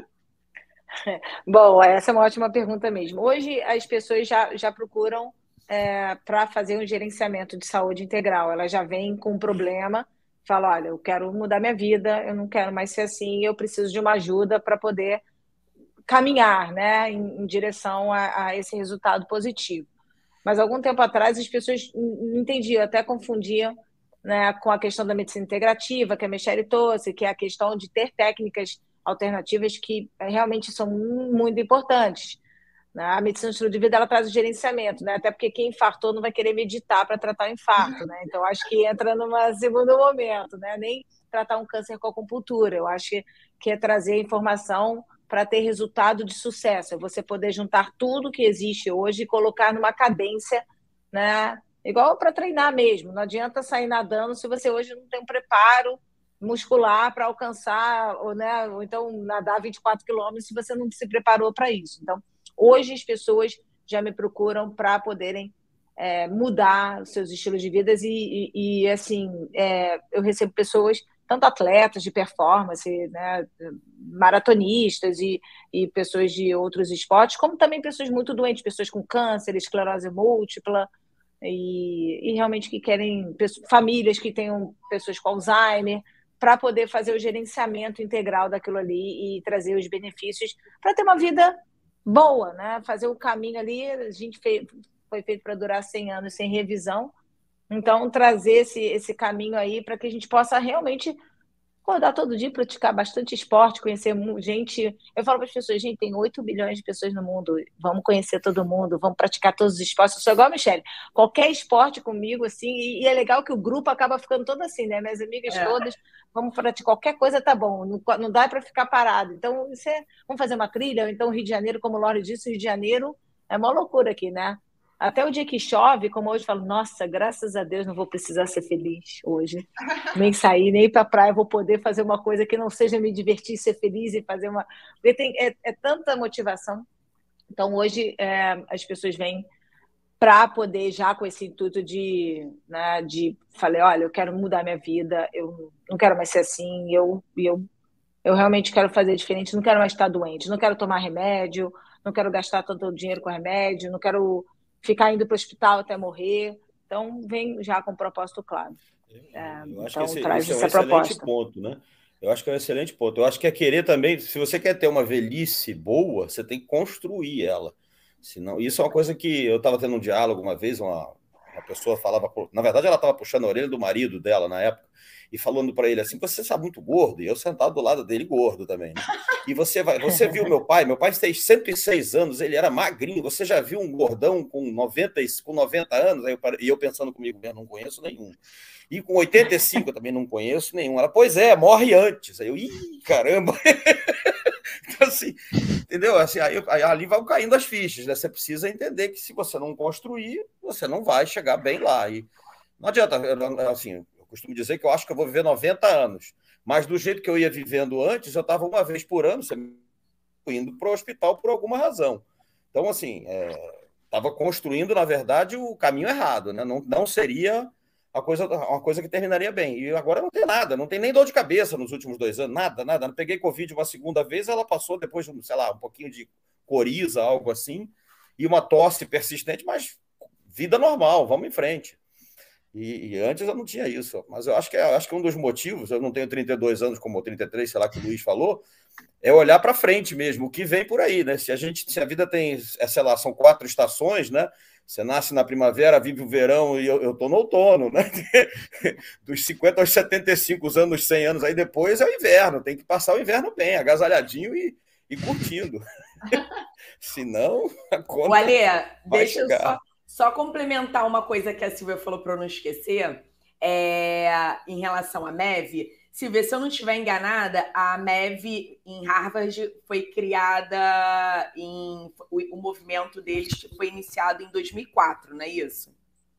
Bom, essa é uma ótima pergunta mesmo. Hoje as pessoas já, já procuram É, para fazer um gerenciamento de saúde integral. Ela já vem com um problema, fala, olha, eu quero mudar minha vida, eu não quero mais ser assim, eu preciso de uma ajuda para poder caminhar, né, em, em direção a, a esse resultado positivo. Mas algum tempo atrás as pessoas não entendiam, até confundiam, né, com a questão da medicina integrativa, que a Michele trouxe, que é a questão de ter técnicas alternativas que realmente são muito importantes. A medicina do estilo de vida, ela traz o gerenciamento, né? Até porque quem infartou não vai querer meditar para tratar o infarto, né? Então, acho que entra num segundo momento, né? Nem tratar um câncer com acupuntura. Eu acho que, que é trazer informação para ter resultado de sucesso. É você poder juntar tudo que existe hoje e colocar numa cadência, né? Igual para treinar mesmo. Não adianta sair nadando se você hoje não tem um preparo muscular para alcançar, ou, né? Ou então nadar vinte e quatro quilômetros se você não se preparou para isso. Então, hoje as pessoas já me procuram para poderem é, mudar seus estilos de vida e, e, e assim, é, eu recebo pessoas, tanto atletas de performance, né, maratonistas e, e pessoas de outros esportes, como também pessoas muito doentes, pessoas com câncer, esclerose múltipla e, e realmente que querem, famílias que tenham pessoas com Alzheimer, para poder fazer o gerenciamento integral daquilo ali e trazer os benefícios para ter uma vida boa, né? Fazer o caminho ali, a gente fez, foi feito para durar cem anos sem revisão, então trazer esse, esse caminho aí para que a gente possa realmente acordar todo dia, praticar bastante esporte, conhecer gente. Eu falo para as pessoas, gente, tem oito bilhões de pessoas no mundo, vamos conhecer todo mundo, vamos praticar todos os esportes. Eu sou igual a Michele, qualquer esporte comigo, assim, e, e é legal que o grupo acaba ficando todo assim, né? Minhas amigas é. todas vamos praticar qualquer coisa, tá bom, não, não dá para ficar parado. Então, isso é, vamos fazer uma trilha, ou então Rio de Janeiro, como o Lore disse, Rio de Janeiro é uma loucura aqui, né? Até o dia que chove, como hoje, eu falo, nossa, graças a Deus não vou precisar ser feliz hoje. Nem sair, nem ir para a praia, vou poder fazer uma coisa que não seja me divertir, ser feliz e fazer uma... Porque tem, é, é tanta motivação. Então, hoje, é, as pessoas vêm para poder, já com esse intuito de, né, de falei, olha, eu quero mudar minha vida, eu não quero mais ser assim, eu, eu, eu realmente quero fazer diferente, não quero mais estar doente, não quero tomar remédio, não quero gastar tanto dinheiro com remédio, não quero ficar indo para o hospital até morrer. Então, vem já com um propósito claro. É, eu acho então, que esse, traz esse é um essa excelente proposta. ponto, né? Eu acho que é um excelente ponto. Eu acho que é querer também, se você quer ter uma velhice boa, você tem que construir ela. Senão, isso é uma coisa que eu estava tendo um diálogo uma vez, uma, uma pessoa falava, na verdade ela estava puxando a orelha do marido dela na época, e falando para ele assim, você está muito gordo, e eu sentado do lado dele gordo também, né? E você vai, você viu meu pai, meu pai tem cento e seis anos, ele era magrinho, você já viu um gordão com noventa, com noventa anos? Aí eu, e eu pensando comigo, eu não conheço nenhum. E com oitenta e cinco eu também não conheço nenhum. Ela, pois é, morre antes. Aí eu, ih, caramba! Então, assim, entendeu? Assim, aí, aí ali vão caindo as fichas, né? Você precisa entender que se você não construir, você não vai chegar bem lá. E não adianta, assim, eu costumo dizer que eu acho que eu vou viver noventa anos, mas do jeito que eu ia vivendo antes, eu estava uma vez por ano indo para o hospital por alguma razão. Então, assim, estava é, construindo, na verdade, o caminho errado, né? Não, não seria a coisa, uma coisa que terminaria bem. E agora não tem nada, não tem nem dor de cabeça nos últimos dois anos, nada, nada. Não peguei Covid uma segunda vez, ela passou depois de, sei lá, um pouquinho de coriza, algo assim, e uma tosse persistente, mas vida normal, vamos em frente. E, e antes eu não tinha isso, mas eu acho que, é, acho que um dos motivos, eu não tenho trinta e dois anos como trinta e três, sei lá, que o Luiz falou, é olhar para frente mesmo, o que vem por aí, né? Se a gente, se a vida tem, sei lá, são quatro estações, né? Você nasce na primavera, vive o verão e eu estou no outono, né? Dos cinquenta aos setenta e cinco anos, cem anos, aí depois é o inverno, tem que passar o inverno bem, agasalhadinho e, e curtindo. Senão, a conta o Ale, vai deixa chegar. eu só, só complementar uma coisa que a Silvia falou para eu não esquecer, é, em relação à M E V. Silvia, se eu não estiver enganada, a M E V em Harvard foi criada, em, o, o movimento deles foi iniciado em dois mil e quatro, não é isso?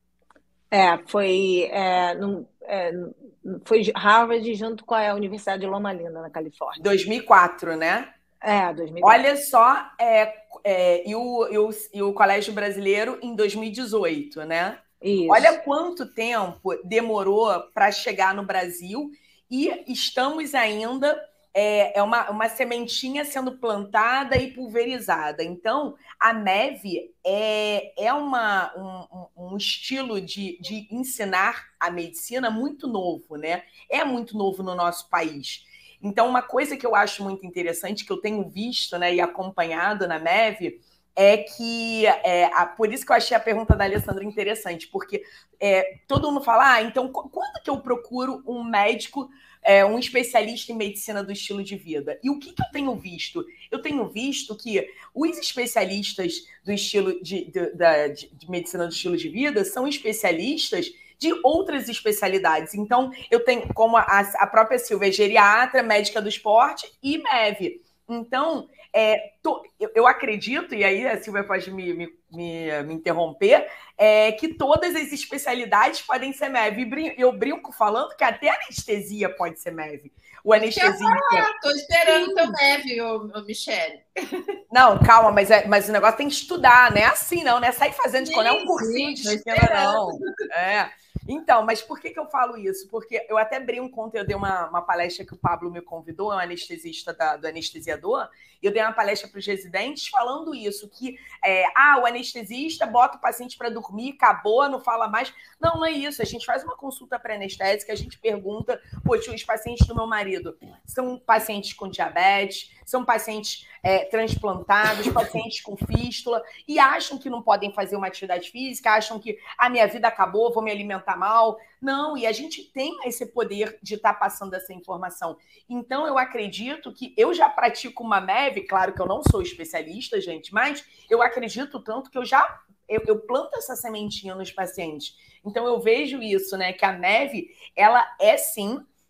É, foi, é, no, é, foi Harvard junto com a Universidade de Loma Linda, na Califórnia. dois mil e quatro, né? É, dois mil e quatro. Olha só, é, é, e, o, e, o, e o Colégio Brasileiro em dois mil e dezoito, né? Isso. Olha quanto tempo demorou para chegar no Brasil. E estamos ainda, é, é uma, uma sementinha sendo plantada e pulverizada. Então, a M E V é, é uma, um, um estilo de, de ensinar a medicina muito novo, né? É muito novo no nosso país. Então, uma coisa que eu acho muito interessante, que eu tenho visto, né, e acompanhado na M E V, é que, é, a, por isso que eu achei a pergunta da Alessandra interessante, porque é, todo mundo fala, ah, então quando que eu procuro um médico, é, um especialista em medicina do estilo de vida? E o que, que eu tenho visto? Eu tenho visto que os especialistas do estilo de, de, de, de medicina do estilo de vida são especialistas de outras especialidades. Então, eu tenho, como a, a própria Silvia, geriatra, médica do esporte e M E V. Então, é, tô, eu, eu acredito, e aí a Silvia pode me, me, me, me interromper, é, que todas as especialidades podem ser M E V. Eu brinco falando que até anestesia pode ser M E V. O anestesista... Estou esperando o teu M E V, ô, ô, Michele. Não, calma, mas, é, mas o negócio tem que estudar, não é assim, não, não é sair fazendo de quando é um cursinho de esquema, não. É... Então, mas por que, que eu falo isso? Porque eu até brinco ontem, eu dei uma, uma palestra que o Pablo me convidou, é um anestesista da, do anestesiador, e eu dei uma palestra para os residentes falando isso, que é, ah, o anestesista bota o paciente para dormir, acabou, não fala mais. Não, não é isso, a gente faz uma consulta pré-anestésica, a gente pergunta, poxa, os pacientes do meu marido são pacientes com diabetes, são pacientes é, transplantados, pacientes com fístula, e acham que não podem fazer uma atividade física, acham que a minha vida acabou, vou me alimentar mal. Não, e a gente tem esse poder de estar passando essa informação. Então, eu acredito que eu já pratico uma M E V, claro que eu não sou especialista, gente, mas eu acredito tanto que eu já eu, eu planto essa sementinha nos pacientes. Então, eu vejo isso, né, que a M E V, ela é sim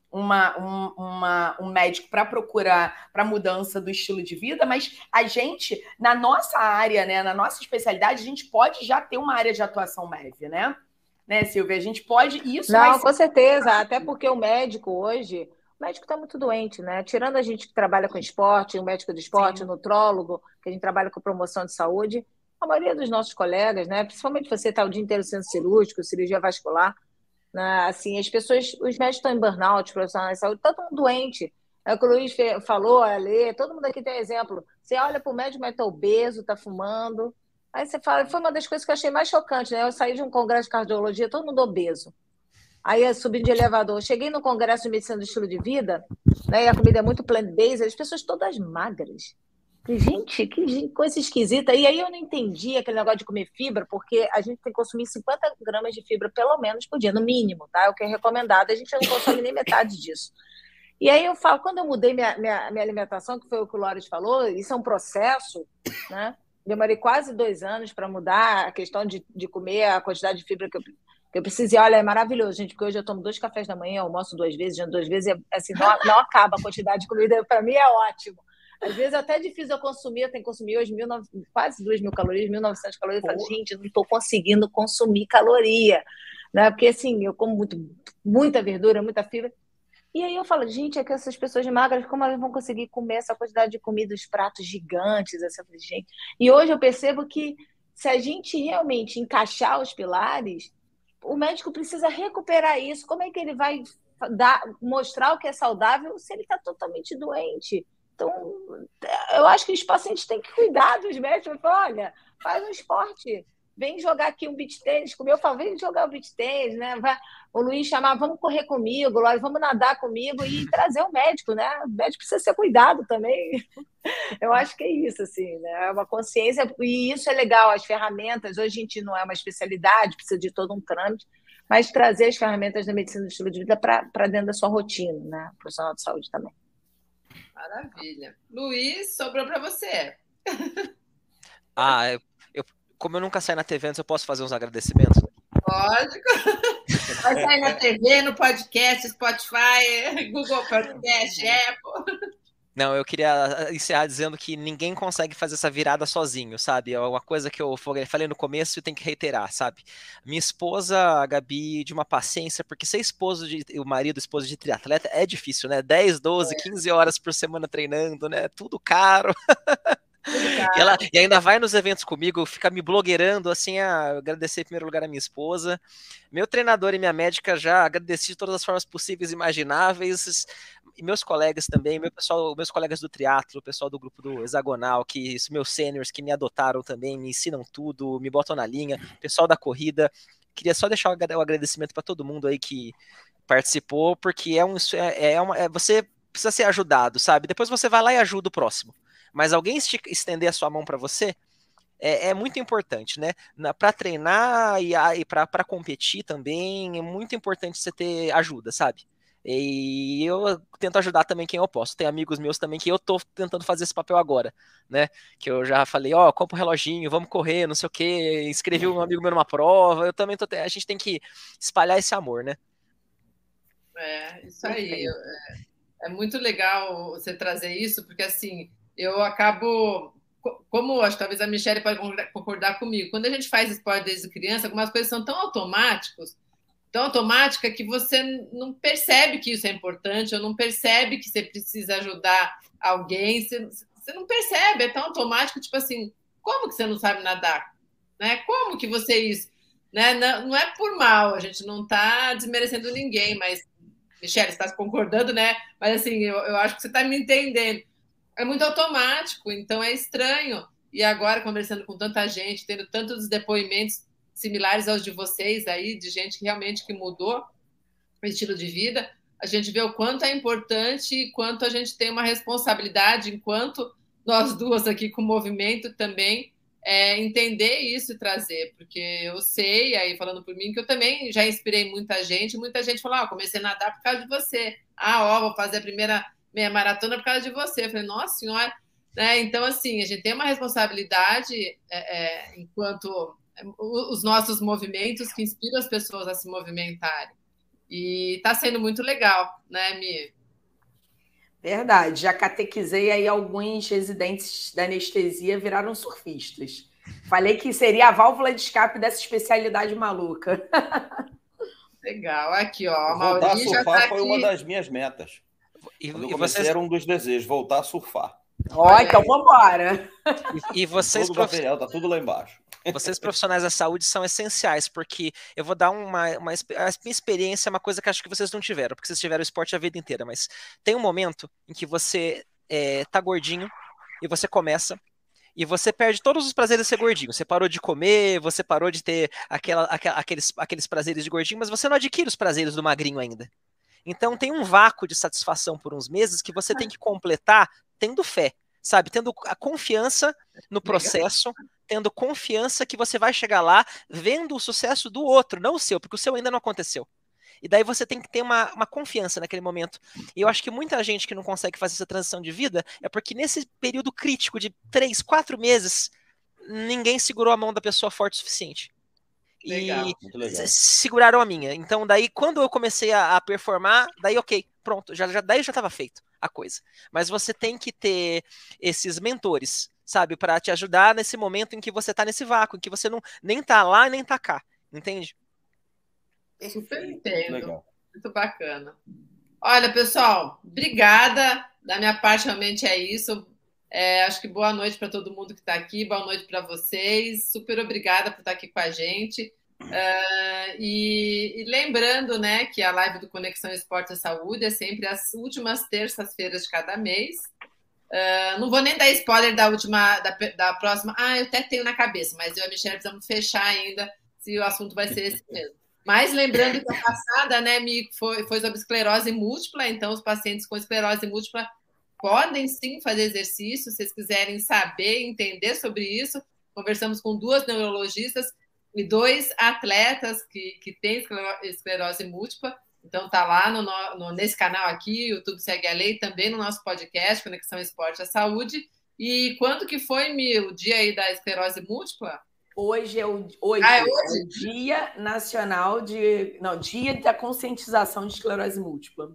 uma, um, uma, um médico para procurar para mudança do estilo de vida, mas a gente, na nossa área, né, na nossa especialidade, a gente pode já ter uma área de atuação média, né? Né, Silvia? A gente pode. Isso Não, vai com certeza, até porque o médico hoje, o médico está muito doente, né? Tirando a gente que trabalha com esporte, o médico de esporte, Sim. o nutrólogo, que a gente trabalha com promoção de saúde, a maioria dos nossos colegas, né? Principalmente você está o dia inteiro sendo cirúrgico, cirurgia vascular, né? Assim, as pessoas, os médicos estão em burnout, os profissionais de saúde, estão tão doente. É o que o Luiz falou, a Lê, todo mundo aqui tem exemplo. Você olha para o médico, mas está obeso, está fumando. Aí você fala, foi uma das coisas que eu achei mais chocante, né? Eu saí de um congresso de cardiologia, todo mundo obeso. Aí eu subi de elevador, cheguei no congresso de medicina do estilo de vida, né? E a comida é muito plant-based, as pessoas todas magras. Falei, gente, que coisa esquisita. E aí eu não entendi aquele negócio de comer fibra, porque a gente tem que consumir cinquenta gramas de fibra pelo menos por dia, no mínimo, tá? É o que é recomendado. A gente não consome nem metade disso. E aí eu falo, quando eu mudei minha, minha, minha alimentação, que foi o que o Lores falou, isso é um processo, né? Demorei quase dois anos para mudar a questão de, de comer a quantidade de fibra que eu, que eu preciso. E olha, é maravilhoso, gente, porque hoje eu tomo dois cafés da manhã, almoço duas vezes, janto duas vezes, e assim, não, não acaba a quantidade de comida. Para mim é ótimo. Às vezes é até difícil eu consumir, eu tenho que consumir hoje mil, quase duas mil calorias, mil e novecentas calorias. Eu falo, gente, eu não estou conseguindo consumir caloria, né? Porque assim, eu como muito, muita verdura, muita fibra. E aí eu falo, gente, é que essas pessoas magras, como elas vão conseguir comer essa quantidade de comida, os pratos gigantes, essa gente. E hoje eu percebo que se a gente realmente encaixar os pilares, o médico precisa recuperar isso. Como é que ele vai dar, mostrar o que é saudável se ele está totalmente doente? Então, eu acho que os pacientes têm que cuidar dos médicos. Olha, faz um esporte. Vem jogar aqui um beach tênis comigo. Eu falo, vem jogar o beach tênis, né? Vai, o Luiz chamar, vamos correr comigo, Lóris, vamos nadar comigo e trazer o médico, né? O médico precisa ser cuidado também. Eu acho que é isso, assim, né? É uma consciência, e isso é legal, as ferramentas, hoje a gente não é uma especialidade, precisa de todo um trâmite, mas trazer as ferramentas da medicina do estilo de vida para dentro da sua rotina, né? Profissional de saúde também. Maravilha. Luiz, sobrou para você. Ah, eu, eu, como eu nunca saio na T V antes, eu posso fazer uns agradecimentos? Lógico. Vai sair na T V, no podcast, Spotify, Google Podcast, Apple. Não, eu queria encerrar dizendo que ninguém consegue fazer essa virada sozinho, sabe? É uma coisa que eu falei no começo e tenho que reiterar, sabe? Minha esposa, a Gabi, de uma paciência, porque ser esposo de o marido, esposo de triatleta é difícil, né? dez, doze, quinze horas por semana treinando, né? Tudo caro. E, ela, e ainda vai nos eventos comigo, fica me blogueirando, assim, a agradecer em primeiro lugar a minha esposa, meu treinador e minha médica, já agradeci de todas as formas possíveis e imagináveis, e meus colegas também, meu pessoal, meus colegas do triatlo, o pessoal do grupo do Hexagonal, que meus seniors que me adotaram também, me ensinam tudo, me botam na linha, pessoal da corrida, queria só deixar o agradecimento para todo mundo aí que participou, porque é um, é, é uma, é, você precisa ser ajudado, sabe? Depois você vai lá e ajuda o próximo. Mas alguém estender a sua mão para você é, é muito importante, né? Para treinar e, e para competir também é muito importante você ter ajuda, sabe? E eu tento ajudar também quem eu posso. Tem amigos meus também que eu tô tentando fazer esse papel agora, né? Que eu já falei, ó, oh, compra um reloginho, vamos correr, não sei o quê, inscrevi um amigo meu numa prova. Eu também tô. A gente tem que espalhar esse amor, né? É, isso aí. É, é muito legal você trazer isso, porque assim. Eu acabo, como acho que talvez a Michelle pode concordar comigo, quando a gente faz esporte desde criança, algumas coisas são tão automáticas, tão automática que você não percebe que isso é importante, ou não percebe que você precisa ajudar alguém, você, você não percebe, é tão automático, tipo assim, como que você não sabe nadar? Né? Como que você isso? Né? Não, não é por mal, a gente não está desmerecendo ninguém, mas, Michelle, você está concordando, né? Mas assim, eu, eu acho que você está me entendendo. É muito automático, então é estranho. E agora, conversando com tanta gente, tendo tantos depoimentos similares aos de vocês aí, de gente que realmente que mudou o estilo de vida, a gente vê o quanto é importante e quanto a gente tem uma responsabilidade, enquanto nós duas aqui com o movimento também, é, entender isso e trazer. Porque eu sei, aí falando por mim, que eu também já inspirei muita gente, muita gente falou, ah, comecei a nadar por causa de você. Ah, ó, vou fazer a primeira... meia maratona por causa de você. Eu falei, nossa senhora, né? Então, assim, a gente tem uma responsabilidade é, é, enquanto os nossos movimentos que inspiram as pessoas a se movimentarem. E está sendo muito legal, né, Mi? Verdade, já catequizei aí alguns residentes da anestesia viraram surfistas. Falei que seria a válvula de escape dessa especialidade maluca. Legal, aqui ó, a Voltar a Mauri já surfar tá foi aqui. uma das minhas metas. E, Quando eu e comecei vocês, era um dos desejos, voltar a surfar. Ó, então vambora. e, e vocês, Todo o prof... material tá tudo lá embaixo. vocês profissionais da saúde são essenciais, porque eu vou dar uma, uma exp- a minha experiência, é uma coisa que acho que vocês não tiveram, porque vocês tiveram esporte a vida inteira, mas tem um momento em que você é, tá gordinho e você começa e você perde todos os prazeres de ser gordinho. Você parou de comer, você parou de ter aquela, aquela- aqueles, aqueles prazeres de gordinho, mas você não adquire os prazeres do magrinho ainda. Então tem um vácuo de satisfação por uns meses que você tem que completar tendo fé, sabe? Tendo a confiança no processo, tendo confiança que você vai chegar lá vendo o sucesso do outro, não o seu, porque o seu ainda não aconteceu. E daí você tem que ter uma, uma confiança naquele momento. E eu acho que muita gente que não consegue fazer essa transição de vida é porque nesse período crítico de três, quatro meses, ninguém segurou a mão da pessoa forte o suficiente. Legal. E Muito legal. s- seguraram a minha. Então, daí, quando eu comecei a, a performar, daí, ok, pronto, já, já, daí já estava feito a coisa. Mas você tem que ter esses mentores, sabe, para te ajudar nesse momento em que você tá nesse vácuo, em que você não nem tá lá nem tá cá, entende? Super Muito entendo. legal. Muito bacana. Olha, pessoal, obrigada. Da minha parte, realmente é isso. É, acho que boa noite para todo mundo que está aqui, boa noite para vocês. Super obrigada por estar aqui com a gente. Uh, e, e lembrando, né, que a live do Conexão Esporte e Saúde é sempre às últimas terças-feiras de cada mês. Uh, não vou nem dar spoiler da última, da, da próxima. Ah, eu até tenho na cabeça, mas eu e a Michelle precisamos fechar ainda se o assunto vai ser esse mesmo. Mas lembrando que a passada, né, Mi, foi, foi sobre esclerose múltipla, então os pacientes com esclerose múltipla podem sim fazer exercício, se vocês quiserem saber, entender sobre isso. Conversamos com duas neurologistas e dois atletas que, que têm esclerose múltipla. Então tá lá no, no, nesse canal aqui, YouTube Segue a Lei, também no nosso podcast, Conexão Esporte à Saúde. E quando que foi, Mi, o dia aí da esclerose múltipla? Hoje é o, hoje Ah, é é hoje? o Dia Nacional de... Não, Dia da Conscientização de Esclerose Múltipla.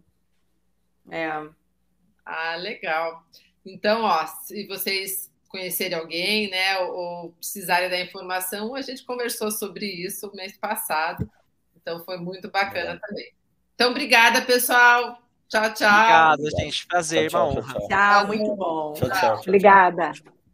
É. Ah, legal. Então, ó, se vocês conhecerem alguém, né, ou, ou precisarem da informação, a gente conversou sobre isso mês passado. Então, foi muito bacana é. também. Então, obrigada, pessoal. Tchau, tchau. Obrigado, gente. Prazer, tchau, uma tchau, honra. tchau, tchau. Tchau, muito bom. Tchau, tchau, tchau. Obrigada.